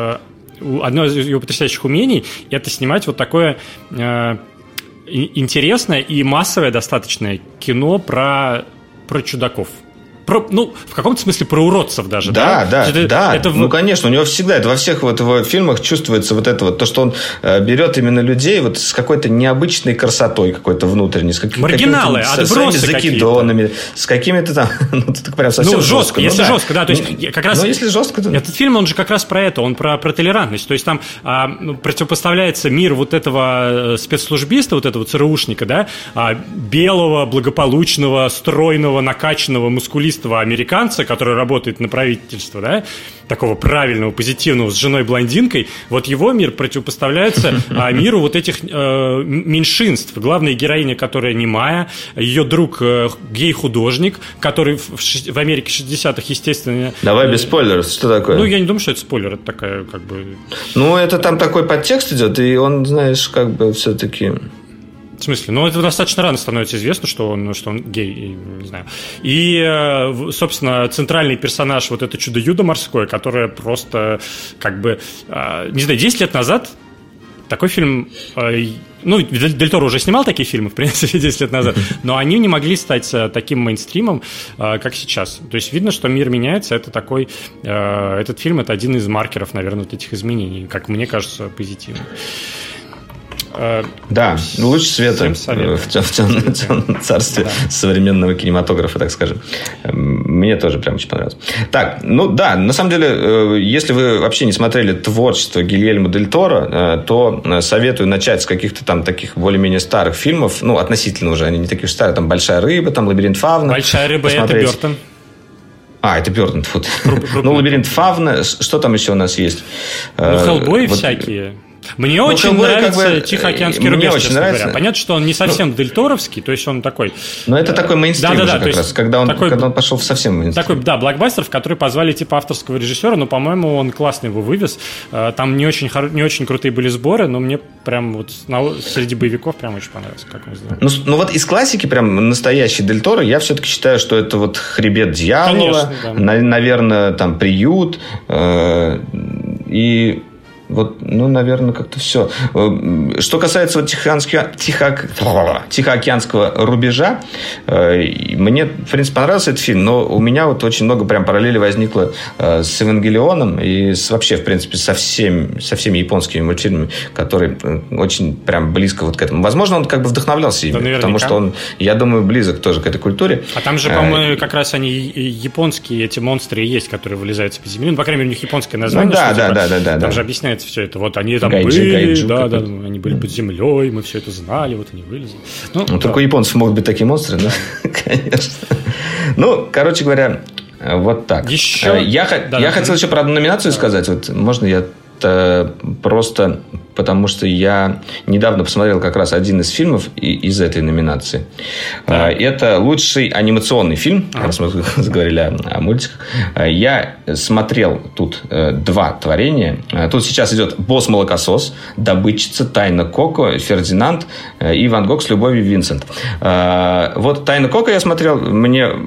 умений – это снимать вот такое интересное и массовое достаточное кино про чудаков. Ну, в каком-то смысле про уродцев даже. Да. Ну, конечно, у него всегда, это во всех вот его фильмах чувствуется вот это вот, то, что он берет именно людей вот с какой-то необычной красотой какой-то внутренней, с маргиналы, отбросы закидонами, с какими-то там, ну, так прям совсем жестко. Если жестко, да, то есть как раз... Ну, если жестко, то... Этот фильм, он же как раз про это, он про толерантность, то есть там противопоставляется мир вот этого спецслужбиста, вот этого ЦРУшника, да, белого, благополучного, стройного, накачанного, мускулистого американца, который работает на правительство, да, такого правильного, позитивного, с женой-блондинкой, вот его мир противопоставляется миру вот этих меньшинств. Главная героиня, которая немая, ее друг гей-художник, который в Америке 60-х, естественно... Давай без спойлеров, что такое? Ну, я не думаю, что это спойлер, это такая, как бы... Ну, это там такой подтекст идет, и он, знаешь, как бы все-таки... В смысле? Ну, это достаточно рано становится известно, что он гей, не знаю. И, собственно, центральный персонаж, вот это чудо-юдо морское, которое просто, как бы, не знаю, 10 лет назад такой фильм... Ну, Дель Торо уже снимал такие фильмы, в принципе, 10 лет назад, но они не могли стать таким мейнстримом, как сейчас. То есть видно, что мир меняется. Это такой... Этот фильм – это один из маркеров, наверное, вот этих изменений, как мне кажется, позитивный. Да, луч света в темном царстве современного кинематографа, так скажем. Мне тоже прям очень понравилось. Так, ну да, на самом деле, если вы вообще не смотрели творчество Гильермо Дель Торо, то советую начать с каких-то там таких более-менее старых фильмов, ну, относительно уже, они не такие уж старые, там «Большая рыба», там «Лабиринт Фавна». «Большая рыба» — это Бёртон. Это Бёртон, фу. Ну, «Лабиринт Фавна», что там еще у нас есть? Ну, «Хеллбой» всякие. Мне очень нравится как бы, «Тихоокеанский рубеж», честно говоря. Понятно, что он не совсем дельторовский, то есть он такой... Но это такой мейнстрим уже как раз, когда он пошел в совсем мейнстрим. Такой, да, блокбастер, в который позвали типа авторского режиссера, но, по-моему, он классно его вывез. Там не очень крутые были сборы, но мне прям вот среди боевиков прям очень понравилось, как он сделал. Ну вот из классики прям настоящий Дель Торо, я все-таки считаю, что это вот «Хребет дьявола», конечно, да. Наверное, там «Приют» и... Вот, ну, наверное, как-то все. Что касается вот Тихоокеанского рубежа, мне, в принципе, понравился этот фильм, но у меня вот очень много прям параллелей возникло с «Евангелионом» и вообще, в принципе, со всеми японскими мультфильмами, которые очень прям близко вот к этому. Возможно, он как бы вдохновлялся ими, потому что он, я думаю, близок тоже к этой культуре. А там же, по-моему, как раз они японские, эти монстры и есть, которые вылезают из-под земли. Ну, по крайней мере, у них японское название. Ну, да. Там же объясняется все это. Вот они там были, да, они были под землей, мы все это знали, вот они вылезли. Ну, только у японцев могут быть такие монстры, да? Конечно. Ну, короче говоря, вот так. Я хотел еще про одну номинацию сказать. Вот можно я просто... Потому что я недавно посмотрел как раз один из фильмов из этой номинации. Да. Это лучший анимационный фильм, раз мы заговорили о мультиках. Я смотрел тут два творения. Тут сейчас идет «Босс-молокосос», «Добытчица», «Тайна Коко», «Фердинанд» и «Ван Гог с любовью, Винсент». Вот «Тайна Коко» я смотрел, мне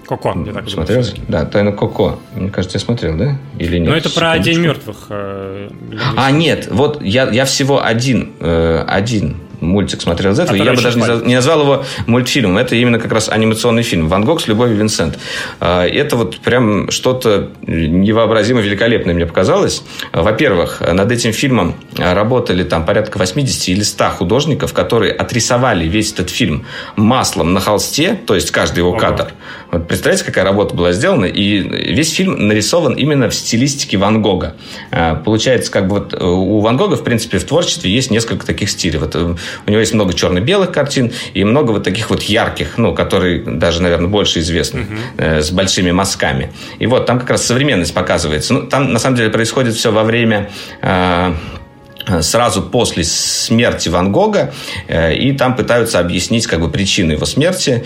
Коко, я так смотрел? Да, «Тайна Коко». Мне кажется, я смотрел, да? Или нет? Ну, это про День мертвых. Нет, вот я всего один мультик смотрел из этого, и я бы даже не назвал его мультфильмом. Это именно как раз анимационный фильм «Ван Гог с Любовью Винсент». Это вот прям что-то невообразимо великолепное мне показалось. Во-первых, над этим фильмом работали там порядка 80 или 100 художников, которые отрисовали весь этот фильм маслом на холсте, то есть каждый его кадр. Вот представляете, какая работа была сделана? И весь фильм нарисован именно в стилистике Ван Гога. Получается, как бы вот у Ван Гога, в принципе, в творчестве есть несколько таких стилей. Вот у него есть много черно-белых картин и много вот таких вот ярких, которые даже, наверное, больше известны, с большими мазками. И вот там как раз современность показывается. Там, на самом деле, происходит все во время... сразу после смерти Ван Гога, и там пытаются объяснить как бы причины его смерти,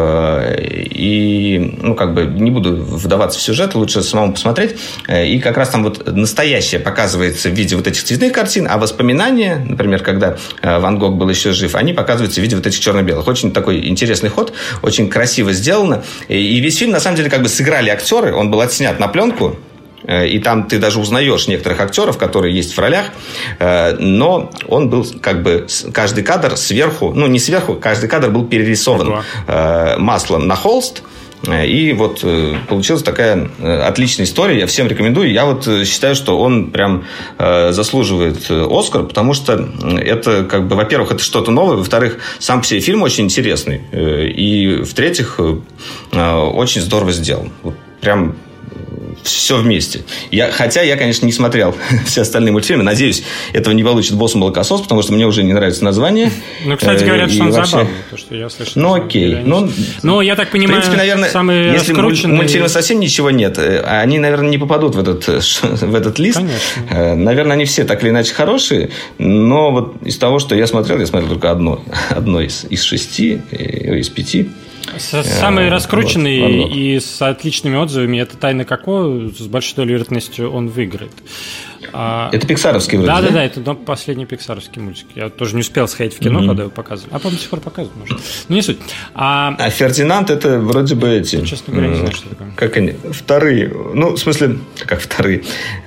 и как бы не буду вдаваться в сюжет, лучше самому посмотреть, и как раз там вот настоящее показывается в виде вот этих цветных картин, а воспоминания, например, когда Ван Гог был еще жив, они показываются в виде вот этих черно-белых. Очень такой интересный ход, очень красиво сделано, и весь фильм на самом деле как бы сыграли актеры, он был отснят на пленку, и там ты даже узнаешь некоторых актеров, которые есть в ролях, но он был как бы каждый кадр сверху, не сверху, каждый кадр был перерисован маслом на холст. И вот получилась такая отличная история. Я всем рекомендую. Я вот считаю, что он прям заслуживает Оскар, потому что это как бы, во-первых, это что-то новое, во-вторых, сам по себе фильм очень интересный, и в-третьих, очень здорово сделан. Вот прям все вместе. Хотя я, конечно, не смотрел все остальные мультфильмы. Надеюсь, этого не получит «Босс и молокосос», потому что мне уже не нравится название. Кстати, говорят, что он забавный. То, что я слышал, окей. Я так понимаю, в принципе, наверное, если у мультфильма совсем ничего нет, они, наверное, не попадут в этот лист. Конечно. Наверное, они все так или иначе хорошие, но вот из того, что я смотрел только одно из 6, из 5. Самый раскрученный и с отличными отзывами — это «Тайна Коко». С большой долей вероятностью он выиграет. Это пиксаровский вроде, да, это последний пиксаровский мультик. Я тоже не успел сходить в кино, когда его показывали. По-моему, до сих пор показывают, может. Не суть. А «Фердинанд» — это вроде бы эти... Честно говоря, не знаю, что такое. Как они? Вторые. В смысле, как вторые?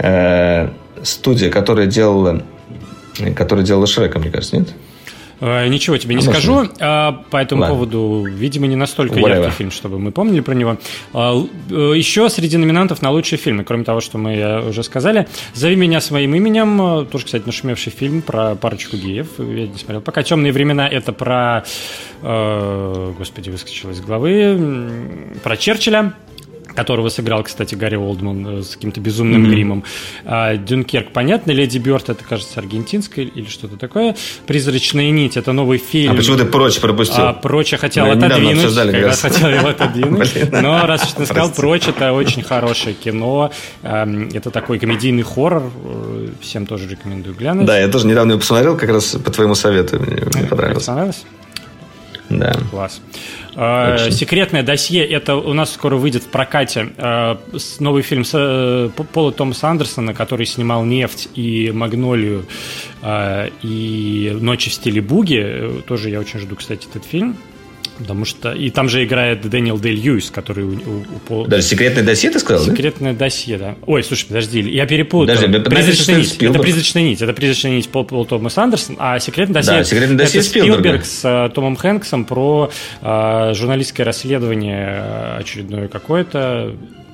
Студия, которая делала «Шрека», мне кажется, нет? Ничего тебе не скажу по этому поводу. Видимо, не настолько яркий фильм, чтобы мы помнили про него. Еще среди номинантов на лучшие фильмы, кроме того, что мы уже сказали, «Зови меня своим именем», тоже, кстати, нашумевший фильм про парочку геев. Я не смотрел. «Пока темные времена» — это про... Господи, выскочило из головы. Про Черчилля, которого сыграл, кстати, Гарри Олдман с каким-то безумным гримом. «Дюнкерк», понятно. «Леди Бёрд» — это, кажется, аргентинская или что-то такое. «Призрачная нить» — это новый фильм. А почему ты «Прочь» пропустил? «Прочь» я хотел отодвинуть, но раз уж ты сказал, «Прочь» — это очень хорошее кино. Это такой комедийный хоррор. Всем тоже рекомендую глянуть. Да, я тоже недавно его посмотрел, как раз по твоему совету. Мне понравилось. Понравилось? Да. Класс. «Секретное досье» — это у нас скоро выйдет в прокате новый фильм Пола Томаса Андерсона, который снимал «Нефть» и «Магнолию» и «Ночи в стиле буги». Тоже я очень жду, кстати, этот фильм. Потому что... И там же играет Дэниел Дэй-Льюис, который у Даже «Секретное досье» ты сказал, «Секретное досье», да. Ой, слушай, подожди, я перепутал. «Призрачная нить». Это «Призрачная нить» Пол Томас Андерсон, а «Секретное досье» это Спилберг с Томом Хэнксом про журналистское расследование очередное какое-то.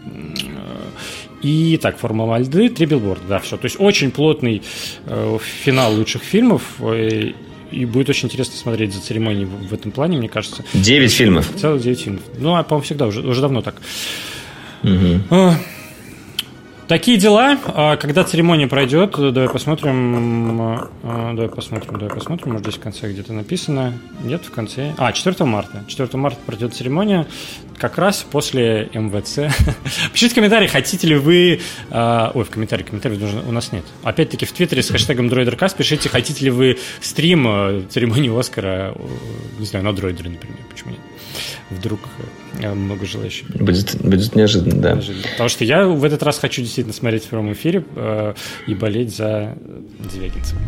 И так, «Формалдегид», 3 билборда, да, все. То есть очень плотный финал лучших фильмов. И будет очень интересно смотреть за церемонией в этом плане, мне кажется. 9 фильмов. Целых 9 фильмов. По-моему, всегда, уже давно так. Такие дела. Когда церемония пройдет, давай посмотрим. Может, здесь в конце где-то написано. Нет, в конце. 4 марта. 4 марта пройдет церемония. Как раз после МВЦ. Пишите в комментарии, хотите ли вы... в комментариях у нас нет. Опять-таки в Твиттере с хэштегом DroiderCast пишите, хотите ли вы стрим церемонии Оскара, не знаю, на Дроидере, например. Почему нет? Вдруг много желающих. Будет неожиданно, да. Потому что я в этот раз хочу действительно смотреть в прямом эфире и болеть за Звягинцева.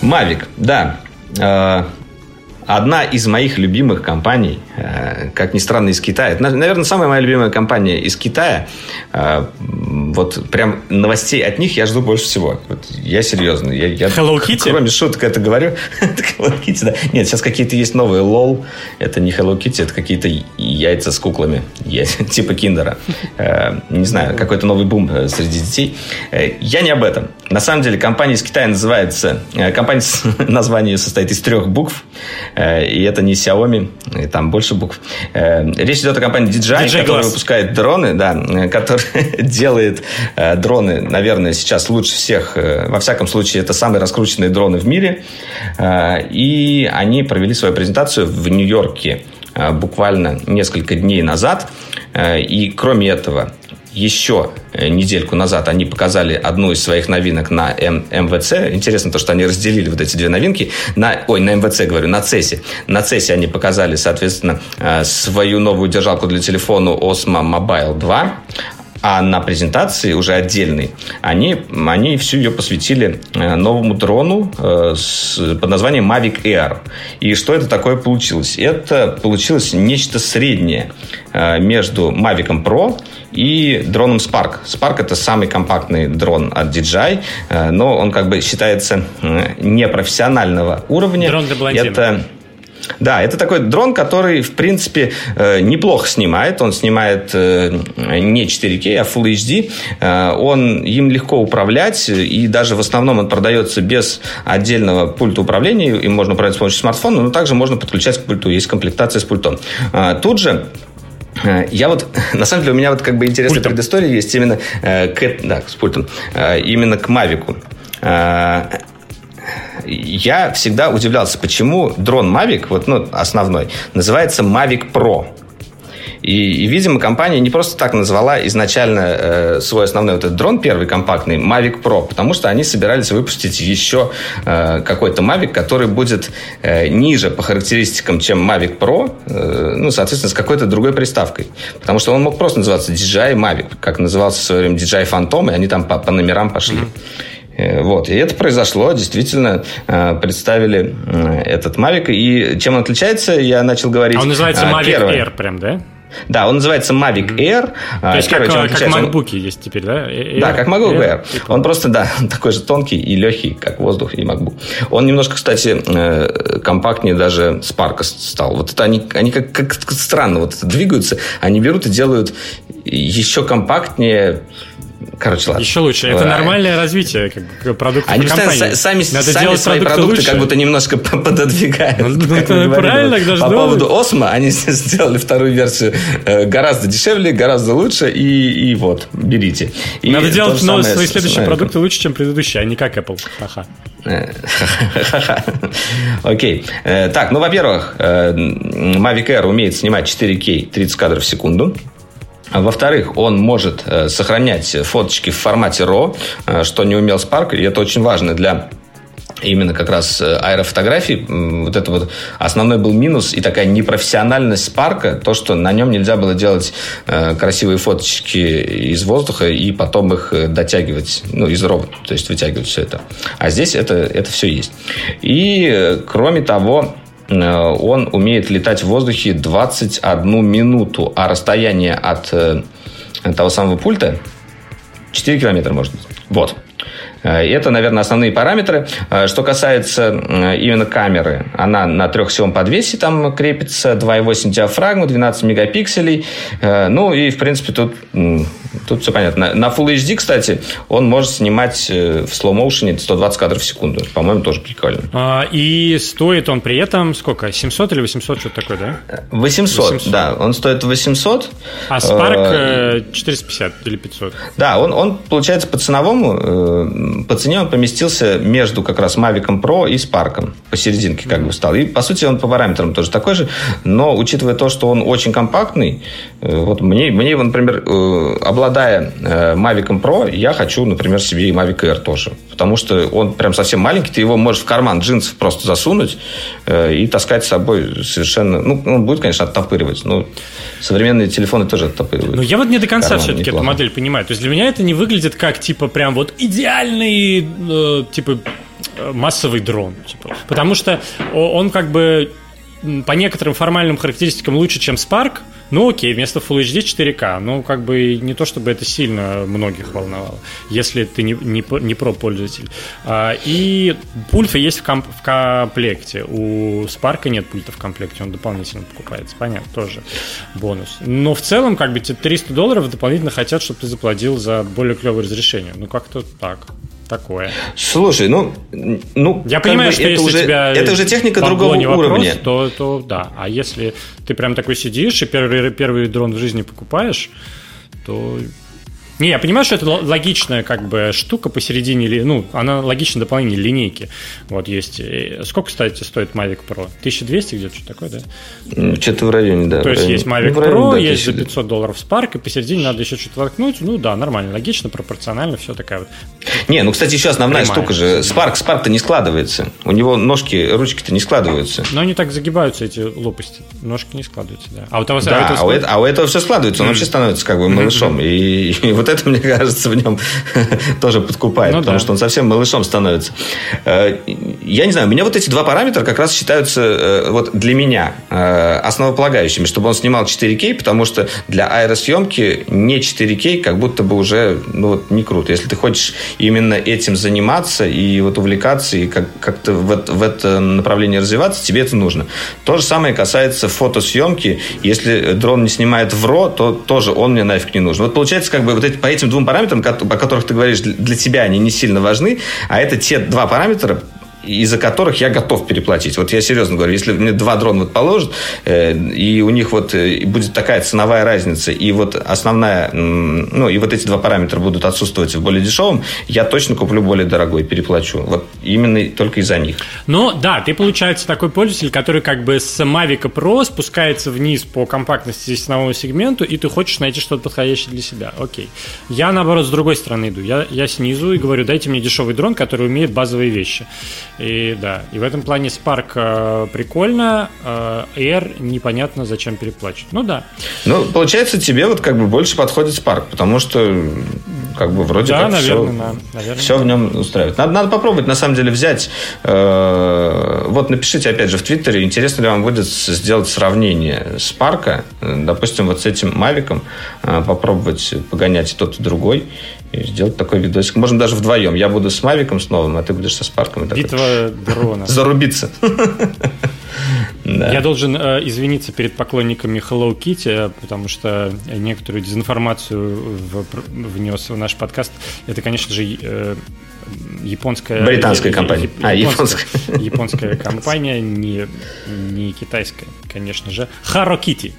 Mavic, да. Одна из моих любимых компаний, как ни странно, из Китая. Это, наверное, самая моя любимая компания из Китая. Вот прям новостей от них я жду больше всего. Вот, я серьезно. Hello Kitty? Кроме шуток это говорю. Hello Kitty, да. Нет, сейчас какие-то есть новые LOL. Это не Hello Kitty, это какие-то яйца с куклами. Типа Киндера. Не знаю, какой-то новый бум среди детей. Я не об этом. На самом деле компания из Китая называется... Компания, название состоит из 3 букв. И это не Xiaomi, и там больше букв. Речь идет о компании DJI, которая выпускает дроны, да, которая делает дроны, наверное, сейчас лучше всех. Во всяком случае, это самые раскрученные дроны в мире. И они провели свою презентацию в Нью-Йорке буквально несколько дней назад. И кроме этого, еще недельку назад они показали одну из своих новинок на МВЦ. Интересно то, что они разделили вот эти 2 новинки. На МВЦ, говорю, на CES. На CES они показали, соответственно, свою новую держалку для телефона Osmo Mobile 2. А на презентации, уже отдельной, они всю ее посвятили новому дрону под названием Mavic Air. И что это такое получилось? Это получилось нечто среднее между Mavic Pro и дроном Spark. Spark – это самый компактный дрон от DJI, но он как бы считается непрофессионального уровня. Дрон для блондина. Да, это такой дрон, который, в принципе, неплохо снимает. Он снимает не 4К, а Full HD. Им легко управлять, и даже в основном он продается без отдельного пульта управления. Им можно управлять с помощью смартфона, но также можно подключать к пульту. Есть комплектация с пультом. Тут же на самом деле, у меня вот как бы интересная предыстория есть именно с пультом, именно к Mavic. Я всегда удивлялся, почему дрон Mavic, основной, называется Mavic Pro. И, видимо, компания не просто так назвала изначально свой основной вот этот дрон, первый компактный, Mavic Pro, потому что они собирались выпустить еще какой-то Mavic, который будет ниже по характеристикам, чем Mavic Pro, соответственно, с какой-то другой приставкой. Потому что он мог просто называться DJI Mavic, как назывался в свое время DJI Phantom, и они там по номерам пошли. Вот. И это произошло, действительно, представили этот Mavic. И чем он отличается, я начал говорить... А он называется Mavic Air прям, да? Да, он называется Mavic Air. То есть как MacBook есть теперь, да? Да, как MacBook Air. Он просто, такой же тонкий и легкий, как воздух и MacBook. Он немножко, кстати, компактнее даже Spark стал. Вот это они как странно двигаются. Они берут и делают еще компактнее... Короче, ладно. Еще лучше. Это нормальное развитие продуктов компании. Они сами свои продукты как будто немножко пододвигают. Это правильно должно быть. По поводу Osmo они сделали вторую версию гораздо дешевле, гораздо лучше. И вот, берите. Надо делать свои следующие продукты лучше, чем предыдущие, а не как Apple. Ха-ха. Окей. Так, во-первых, Mavic Air умеет снимать 4К 30 кадров в секунду. Во-вторых, он может сохранять фоточки в формате RAW, что не умел Spark, и это очень важно для именно как раз аэрофотографий. Вот это вот основной был минус и такая непрофессиональность Spark, то, что на нем нельзя было делать красивые фоточки из воздуха и потом их дотягивать, из RAW, то есть вытягивать все это. А здесь это все есть. И, кроме того, он умеет летать в воздухе 21 минуту, а расстояние от того самого пульта 4 километра может быть. Вот. Это, наверное, основные параметры. Что касается именно камеры, она на трехосевом подвесе там крепится, 2,8 диафрагма, 12 мегапикселей. И, в принципе, тут все понятно. На Full HD, кстати, он может снимать в слоу-моушене 120 кадров в секунду. По-моему, тоже прикольно. И стоит он при этом сколько? 700 или 800, что-то такое, да? 800, да. Он стоит 800. А Spark 450 или 500? Да, он получается, по цене он поместился между как раз Mavic Pro и Spark. Посерединке как бы стал. И, по сути, он по параметрам тоже такой же. Но, учитывая то, что он очень компактный, вот мне например, обладая Mavic Pro, я хочу, например, себе и Mavic Air тоже. Потому что он прям совсем маленький. Ты его можешь в карман джинсов просто засунуть и таскать с собой совершенно... он будет, конечно, оттопыривать. Но современные телефоны тоже оттопыривают. Я вот не до конца все-таки эту модель понимаю. То есть для меня это не выглядит как, прям идеальный, массовый дрон. Типа. Потому что он как бы по некоторым формальным характеристикам лучше, чем Spark. Ну окей, вместо Full HD 4К. Ну как бы не то, чтобы это сильно многих волновало, если ты не про-пользователь. И пульты есть в комплекте. У Spark нет пульта в комплекте, он дополнительно покупается. Понятно, тоже бонус. Но в целом как бы тебе $300 дополнительно хотят, чтобы ты заплатил за более клевое разрешение. Ну как-то так. Такое. Слушай, ну я понимаю, что если уже, тебя это уже техника другого уровня. Вопрос, то да. А если ты прям такой сидишь и первый дрон в жизни покупаешь, то... Не, я понимаю, что это логичная как бы штука посередине, ну, она логичное дополнение линейки. Вот есть. Сколько, кстати, стоит Mavic Pro? 1200 где-то, что такое, да? Что-то в районе, да. То есть есть Mavic Pro, да, есть за $500 Spark, и посередине надо еще что-то воткнуть. Ну да, нормально, логично, пропорционально, все такая вот. Не, ну, кстати, еще основная штука же. Spark-то не складывается. У него ножки, ручки-то не складываются. Но они так загибаются, эти лопасти. Ножки не складываются, да. А у этого все складывается. Он вообще становится как бы малышом. И вот это, мне кажется, в нем тоже подкупает, потому что он совсем малышом становится. Я не знаю, у меня вот эти два параметра как раз считаются вот для меня основополагающими, чтобы он снимал 4К, потому что для аэросъемки не 4К как будто бы уже не круто. Если ты хочешь именно этим заниматься и вот увлекаться, и как-то в это направлении развиваться, тебе это нужно. То же самое касается фотосъемки. Если дрон не снимает в RAW, то тоже он мне нафиг не нужен. Вот получается, как бы вот по этим двум параметрам, о которых ты говоришь, для тебя они не сильно важны, а это те два параметра, из-за которых я готов переплатить. Вот я серьезно говорю, если мне два дрона вот положат, и у них вот будет такая ценовая разница, и вот основная, и вот эти два параметра будут отсутствовать в более дешевом, я точно куплю более дорогой, переплачу. Вот именно только из-за них. Ну, да, ты, получается, такой пользователь, который как бы с Mavic Pro спускается вниз по компактности ценовому сегменту, и ты хочешь найти что-то подходящее для себя. Окей. Я, наоборот, с другой стороны иду. Я снизу и говорю, дайте мне дешевый дрон, который умеет базовые вещи. И да, и в этом плане Spark прикольно, Air непонятно зачем переплачивать. Ну да. Ну, получается, тебе вот как бы больше подходит Spark, потому что как бы вроде да, как наверное, все в нем устраивает. Надо попробовать, на самом деле, взять. Вот напишите, опять же, в Твиттере, интересно ли вам будет сделать сравнение Spark, допустим, вот с этим Mavic, попробовать погонять и тот, и другой. И сделать такой видосик. Можем даже вдвоем. Я буду с Мавиком с новым, а ты будешь со Спарком. Битва дрона. Зарубиться. Я должен извиниться перед поклонниками Hello Kitty, потому что некоторую дезинформацию внес в наш подкаст. Это, конечно же, японская... Британская компания. Японская компания, не китайская, конечно же. Hello Kitty.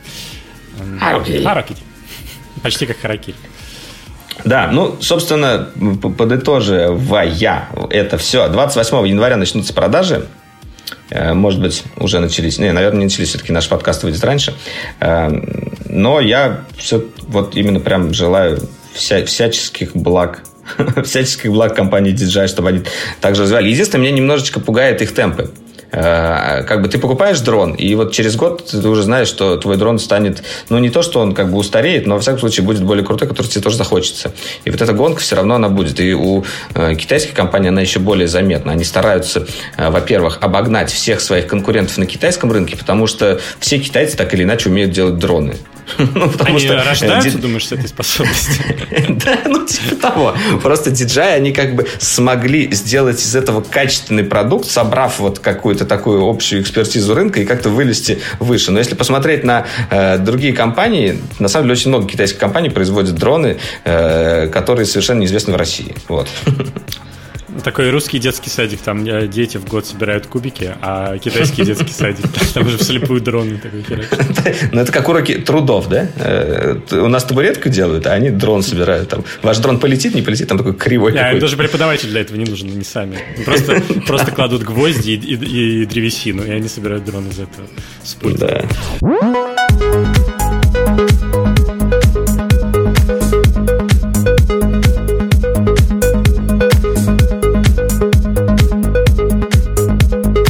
Почти как Харакири. Да, собственно, подытоживая это все, 28 января начнутся продажи. Может быть, уже начались. Не, наверное, не начались. Все-таки наш подкаст выйдет раньше. Но я все вот именно прям желаю всяческих благ компании DJI, чтобы они также развивали. Единственное, меня немножечко пугает их темпы. Как бы ты покупаешь дрон, и вот через год ты уже знаешь, что твой дрон станет, не то, что он как бы устареет, но во всяком случае будет более крутой, который тебе тоже захочется. И вот эта гонка все равно она будет. И у китайской компании она еще более заметна. Они стараются, во-первых, обогнать всех своих конкурентов на китайском рынке, потому что все китайцы так или иначе умеют делать дроны. Они рождаются, думаешь, с этой способностью? Да, типа того. Просто DJI, они как бы смогли сделать из этого качественный продукт, собрав вот какую-то такую общую экспертизу рынка и как-то вылезти выше. Но если посмотреть на другие компании, на самом деле очень много китайских компаний производят дроны, которые совершенно неизвестны в России. Вот. Такой русский детский садик, там дети в год собирают кубики, а китайский детский садик, там уже вслепую дроны такой херачат. Ну, это как уроки трудов, да? У нас табуретку делают, а они дрон собирают. Там, ваш дрон полетит, не полетит, там такой кривой какой-то. Даже преподаватель для этого не нужен, не сами. Просто кладут гвозди и древесину, и они собирают дрон из этого. С пульта. Да.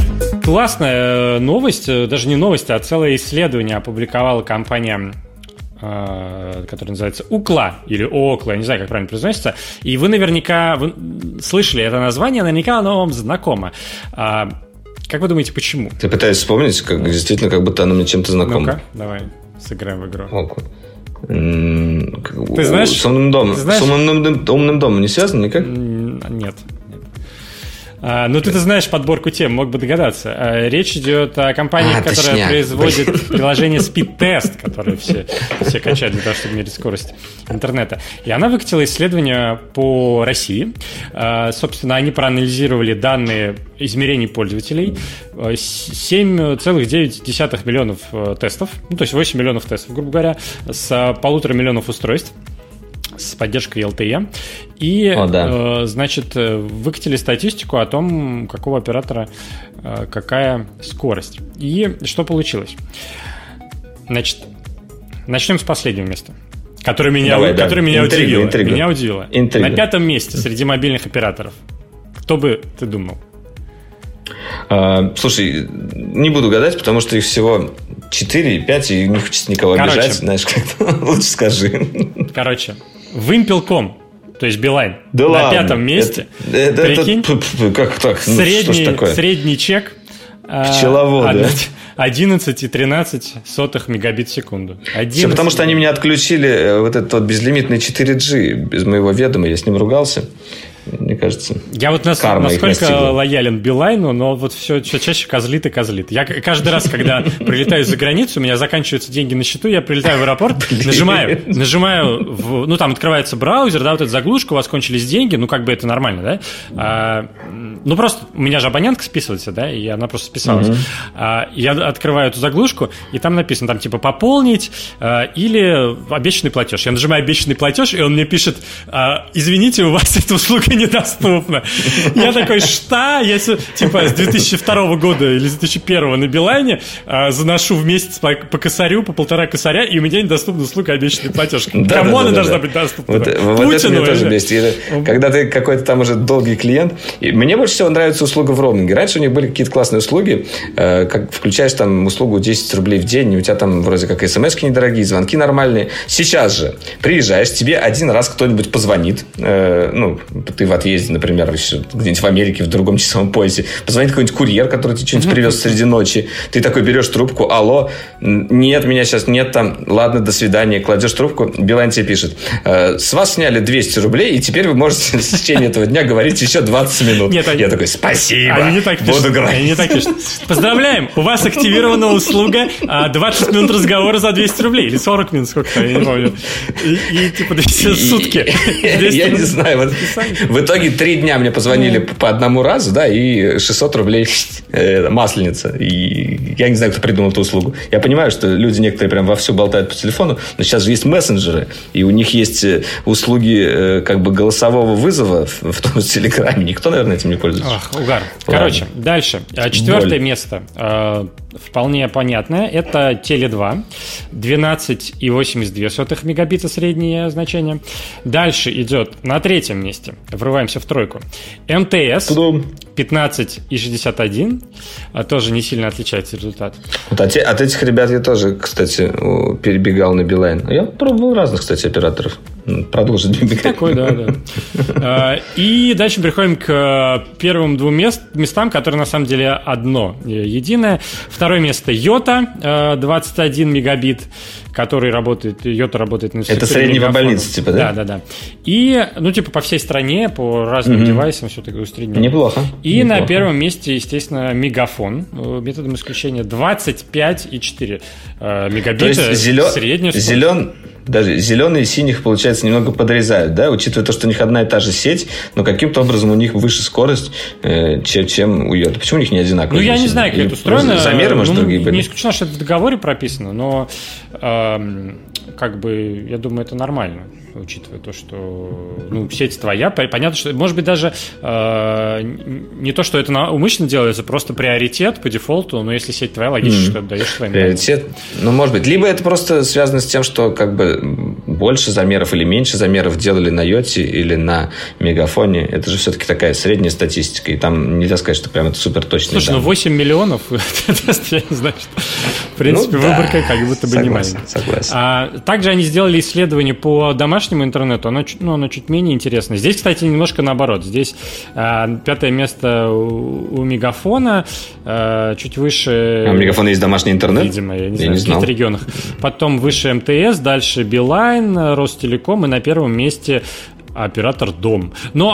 Классная новость, даже не новость, а целое исследование опубликовала компания который называется Ookla или Ookla, я не знаю, как правильно произносится, и вы наверняка слышали это название, наверняка оно вам знакомо. Как вы думаете, почему? Ты пытаешься вспомнить, как действительно, как будто оно мне чем-то знакомо. Ну-ка, давай сыграем в игру. Ты знаешь? С умным домом. С умным домом не связано никак? Нет. Ну, ты знаешь подборку тем, мог бы догадаться. Речь идет о компании, которая производит приложение Speedtest, которое все качают для того, чтобы мерить скорость интернета. И она выкатила исследование по России. Собственно, они проанализировали данные измерений пользователей. 7,9 миллионов тестов, ну, то есть 8 миллионов тестов, грубо говоря, с 1,5 миллиона устройств с поддержкой LTE. И, значит, выкатили статистику о том, какого оператора какая скорость. И что получилось? Значит, начнем с последнего места, которое меня удивило. Меня удивило. На 5-м месте среди мобильных операторов. Кто бы ты думал? Слушай, не буду гадать, потому что их всего 4, 5, и не хочется никого обижать. Знаешь, как-то лучше скажи. Короче, Вимпелком, то есть Билайн, да на ладно, 5-м месте. Прикинь, как так? Средний чек. Пчеловоды. 11,13 мегабит в секунду. Все потому, что они меня отключили вот этот вот безлимитный 4G без моего ведома, я с ним ругался. Мне кажется, я вот насколько лоялен Билайну, но вот все чаще козлит и козлит. Я каждый раз, когда прилетаю за границу, у меня заканчиваются деньги на счету, я прилетаю в аэропорт, нажимаю, ну там открывается браузер, да, вот эту заглушку, у вас кончились деньги, ну как бы это нормально, да? Ну просто у меня же абонентка списывается, да, и она просто списалась. Я открываю эту заглушку, и там написано, там типа пополнить или обещанный платеж. Я нажимаю обещанный платеж, и он мне пишет: извините, у вас эта услуга недоступна. Я такой, что? Я типа с 2002 года или с 2001 на Билайне заношу в месяц по косарю, по 1,5 косаря, и у меня недоступна услуга обещанный платеж. Кому она должна быть доступна? Вот это мне тоже бесит. Когда ты какой-то там уже долгий клиент. Мне больше всего нравится услуга в роуминге. Раньше у них были какие-то классные услуги, как включаешь там услугу 10 рублей в день, и у тебя там вроде как смс-ки недорогие, звонки нормальные. Сейчас же приезжаешь, тебе один раз кто-нибудь позвонит, ну, ты в отъезде, например, где-нибудь в Америке, в другом часовом поясе, позвонит какой-нибудь курьер, который тебе что-нибудь привез среди ночи, ты такой берешь трубку: алло, нет, меня сейчас нет там, ладно, до свидания, кладешь трубку, Билайн тебе пишет: с вас сняли 200 рублей, и теперь вы можете в течение этого дня говорить еще 20 минут. Нет, я такой: спасибо, они не так пишут. Буду говорить. Они не так пишут. Поздравляем, у вас активирована услуга 20 минут разговора за 200 рублей, или 40 минут, сколько-то, я не помню. И типа сутки. Я не знаю, вот в итоге 3 дня мне позвонили по одному разу, да, и 600 рублей масленица. И я не знаю, кто придумал эту услугу. Я понимаю, что люди некоторые прям вовсю болтают по телефону, но сейчас же есть мессенджеры, и у них есть услуги как бы голосового вызова в том же Телеграме. Никто, наверное, этим не пользуется. Ах, угар. Короче, дальше. 4-е место. Вполне понятное. Это Теле2. 12,82 мегабита среднее значение. Дальше идет на 3-м месте. Врываемся в тройку. МТС 15,61. Тоже не сильно отличается результат. Вот от этих ребят я тоже, кстати, перебегал на Билайн. Я пробовал разных, кстати, операторов. Продолжить бегать. Такой, да. И дальше переходим к первым 2 местам, которые на самом деле одно единое. 2-е место Йота, 21 мегабит, который работает, Йота работает на... Это средний по больнице, типа, да? Да. И, ну, типа, по всей стране, по разным девайсам все такое усреднено. Неплохо. И на 1-м месте, естественно, Мегафон, методом исключения 25,4 мегабита. То есть средняя скорость. Даже зеленые и синих, получается, немного подрезают, да, учитывая то, что у них одна и та же сеть, но каким-то образом у них выше скорость, чем у Йота. Почему у них не одинаковые? Ну, я не знаю, как это устроено. Замеры, может, другие были? Не исключено, что это в договоре прописано, но как бы, я думаю, это нормально. учитывая то, что сеть твоя. Понятно, что, может быть, даже не то, что это умышленно делается, просто приоритет по дефолту, но если сеть твоя, логично, что отдаешь своим. Приоритет, может быть. Либо это просто связано с тем, что как бы больше замеров или меньше замеров делали на Йоте или на Мегафоне. Это же все-таки такая средняя статистика, и там нельзя сказать, что прям это супер точно. Слушай, 8 миллионов, я не знаю, что... В принципе, выборка как будто бы не маленькая. Согласен. Также они сделали исследование по домашнему интернету, оно чуть менее интересно. Здесь, кстати, немножко наоборот. Здесь 5-е место у Мегафона, чуть выше... А у Мегафона есть домашний интернет? Видимо, я не знаю, в каких-то регионах. Потом выше МТС, дальше Билайн, Ростелеком, и на первом месте оператор Дом.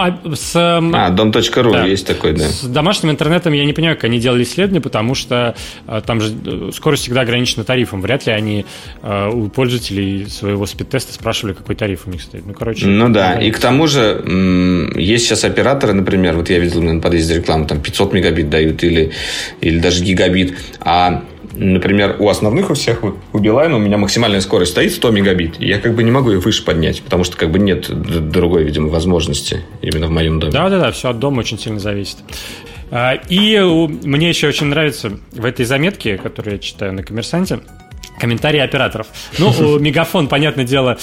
Дом.ру, да, есть такой, да. С домашним интернетом я не понимаю, как они делали исследование, потому что там же скорость всегда ограничена тарифом. Вряд ли они у пользователей своего спид-теста спрашивали, какой тариф у них стоит. И к тому же есть сейчас операторы, например, вот я видел на подъезде рекламу, там 500 мегабит дают или даже гигабит, например, у основных, у всех, у Билайна у меня максимальная скорость стоит 100 мегабит. И я как бы не могу ее выше поднять, потому что как бы нет другой, видимо, возможности именно в моем доме. Да, все от дома очень сильно зависит. И мне еще очень нравится в этой заметке, которую я читаю на «Коммерсанте», комментарии операторов. Мегафон, понятное дело,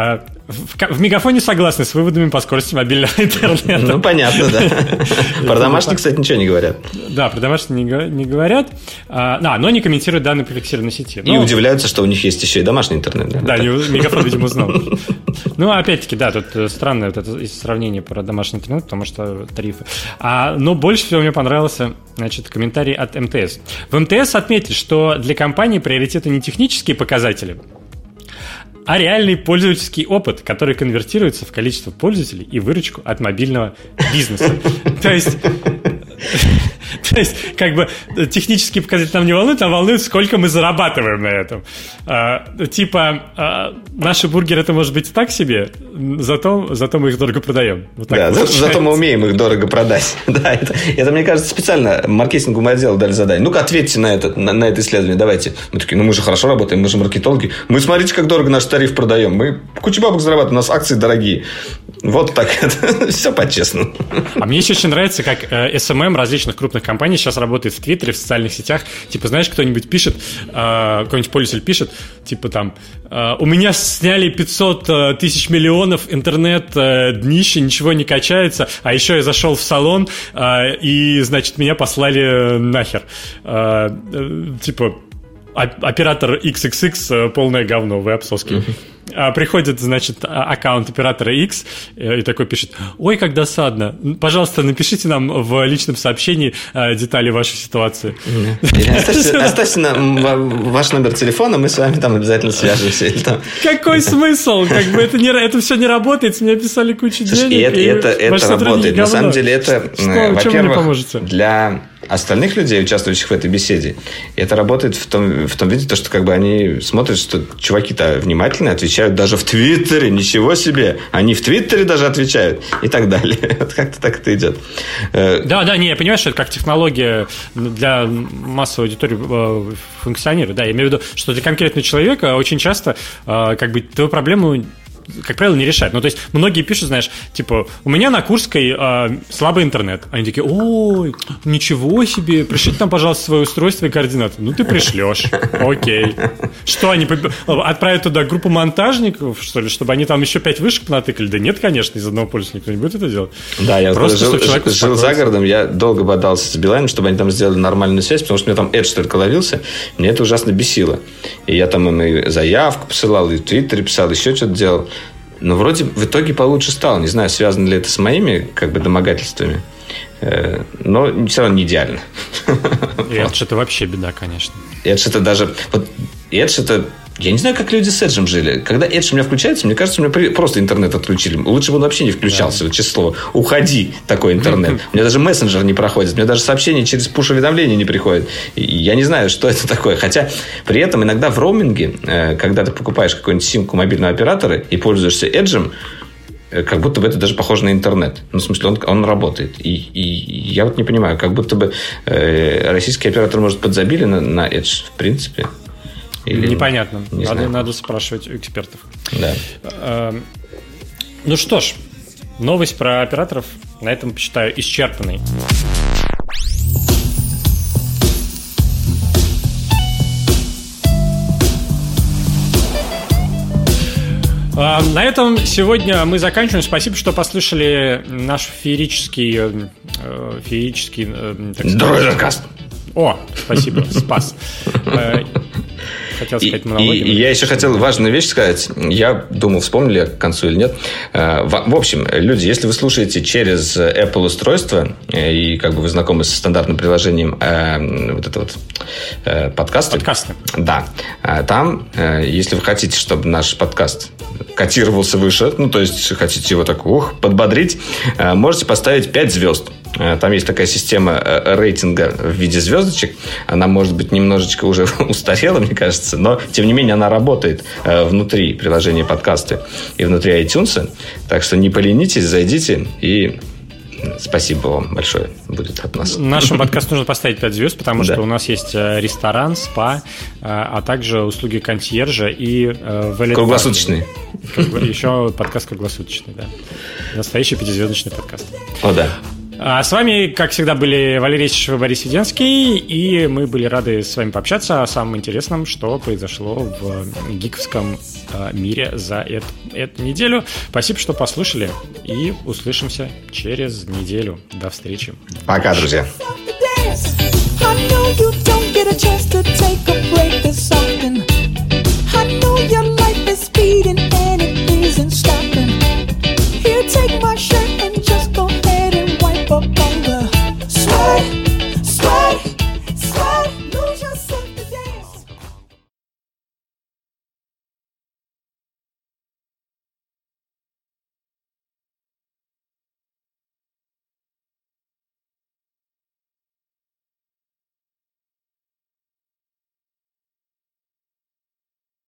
в Мегафоне согласны с выводами по скорости мобильного интернета. Понятно, да. Про домашний, кстати, ничего не говорят. Да, про домашний не говорят, но они комментируют данные по фиксированной сети. И удивляются, что у них есть еще и домашний интернет. Да, Мегафон, видимо, узнал. Опять-таки, да, тут странное вот это сравнение про домашний интернет, потому что тарифы. Но больше всего мне понравился, комментарий от МТС. В МТС отметили, что для компании приоритеты не технические показатели, а реальный пользовательский опыт, который конвертируется в количество пользователей и выручку от мобильного бизнеса. То есть, как бы технические показатели нам не волнуют, а волнуют, сколько мы зарабатываем на этом. Наши бургеры, это может быть так себе, зато мы их дорого продаем. Зато мы умеем их дорого продать. Да, это, мне кажется, специально маркетинговому отделу дали задание. Ну-ка, ответьте на это исследование, давайте. Мы такие, мы же хорошо работаем, мы же маркетологи. Мы, смотрите, как дорого наш тариф продаем. Мы кучу бабок зарабатываем, у нас акции дорогие. Вот так это. Все по-честному. А мне еще очень нравится, как SMM различных крупных компаний сейчас работает в Твиттере, в социальных сетях. Знаешь, кто-нибудь пишет, какой-нибудь пользователь пишет, у меня сняли 500 тысяч миллионов, интернет днище, ничего не качается, а еще я зашел в салон, и, меня послали нахер. Оператор XXX полное говно, вы обсоски. Приходит, аккаунт оператора X и такой пишет: ой, как досадно, пожалуйста, напишите нам в личном сообщении детали вашей ситуации. Оставьте нам ваш номер телефона, мы с вами там обязательно свяжемся. Какой смысл? Это все не работает, мне писали кучу денег. И это работает. На самом деле это, во-первых, для остальных людей, участвующих в этой беседе, это работает в том виде, что они смотрят, что чуваки-то внимательно отвечают даже в Твиттере, ничего себе, они в Твиттере даже отвечают и так далее. Вот как-то так это идет. Да, я понимаю, что это как технология для массовой аудитории функционирует. Да, я имею в виду, что для конкретного человека очень часто твою проблему, как правило, не решает. То есть, многие пишут, у меня на Курской слабый интернет. Они такие: ой, ничего себе, пришлите нам, пожалуйста, свое устройство и координаты. Ты пришлешь. Окей. Что, они отправят туда группу монтажников, что ли, чтобы они там еще 5 вышек натыкали? Да нет, конечно, из одного полюса никто не будет это делать. Да, я жил за городом, я долго бодался с Билайном, чтобы они там сделали нормальную связь, потому что у меня там Edge только ловился, мне это ужасно бесило. И я там им и заявку посылал, и в Твиттере писал, еще что-то делал. Но вроде в итоге получше стало. Не знаю, связано ли это с моими домогательствами. Но все равно не идеально. Edge это вообще беда, конечно. Edge это даже... Edge это... Я не знаю, как люди с Edge жили. Когда Edge у меня включается, мне кажется, у меня просто интернет отключили. Лучше бы он вообще не включался. Да. Число. Уходи, такой интернет. У меня даже мессенджер не проходит. У меня даже сообщения через пуш-уведомления не приходят. Я не знаю, что это такое. Хотя при этом иногда в роуминге, когда ты покупаешь какую-нибудь симку мобильного оператора и пользуешься Edge, как будто бы это даже похоже на интернет. В смысле, он работает. И я не понимаю, как будто бы российский оператор, может, подзабили на Edge, в принципе. Или... Непонятно. Надо спрашивать у экспертов. Да. Ну что ж, новость про операторов на этом, посчитаю, исчерпанной. На этом сегодня мы заканчиваем. Спасибо, что послушали наш феерический Дройдеркаст. О, спасибо, спас. Хотел сказать монологи. И я еще хотел важную вещь сказать. Я думал, вспомнили к концу или нет. В общем, люди, если вы слушаете через Apple устройство и как бы вы знакомы со стандартным приложением вот это вот подкасты. Да. Там, если вы хотите, чтобы наш подкаст котировался выше, ну, то есть хотите его так подбодрить, можете поставить 5 звезд. Там есть такая система рейтинга в виде звездочек. Она, может быть, немножечко уже устарела, мне кажется, но, тем не менее, она работает внутри приложения подкасты и внутри iTunes. Так что не поленитесь, зайдите и... Спасибо вам большое будет от нас. Нашему подкасту нужно поставить 5 звезд, потому что у нас есть ресторан, спа, а также услуги консьержа и круглосуточный. Еще подкаст круглосуточный, да. Настоящий 5-звездочный подкаст. О, да. А с вами, как всегда, были Валерий Исачев и Борис Веденский, и мы были рады с вами пообщаться о самом интересном, что произошло в гиковском мире за эту неделю. Спасибо, что послушали, и услышимся через неделю. До встречи. Пока, друзья.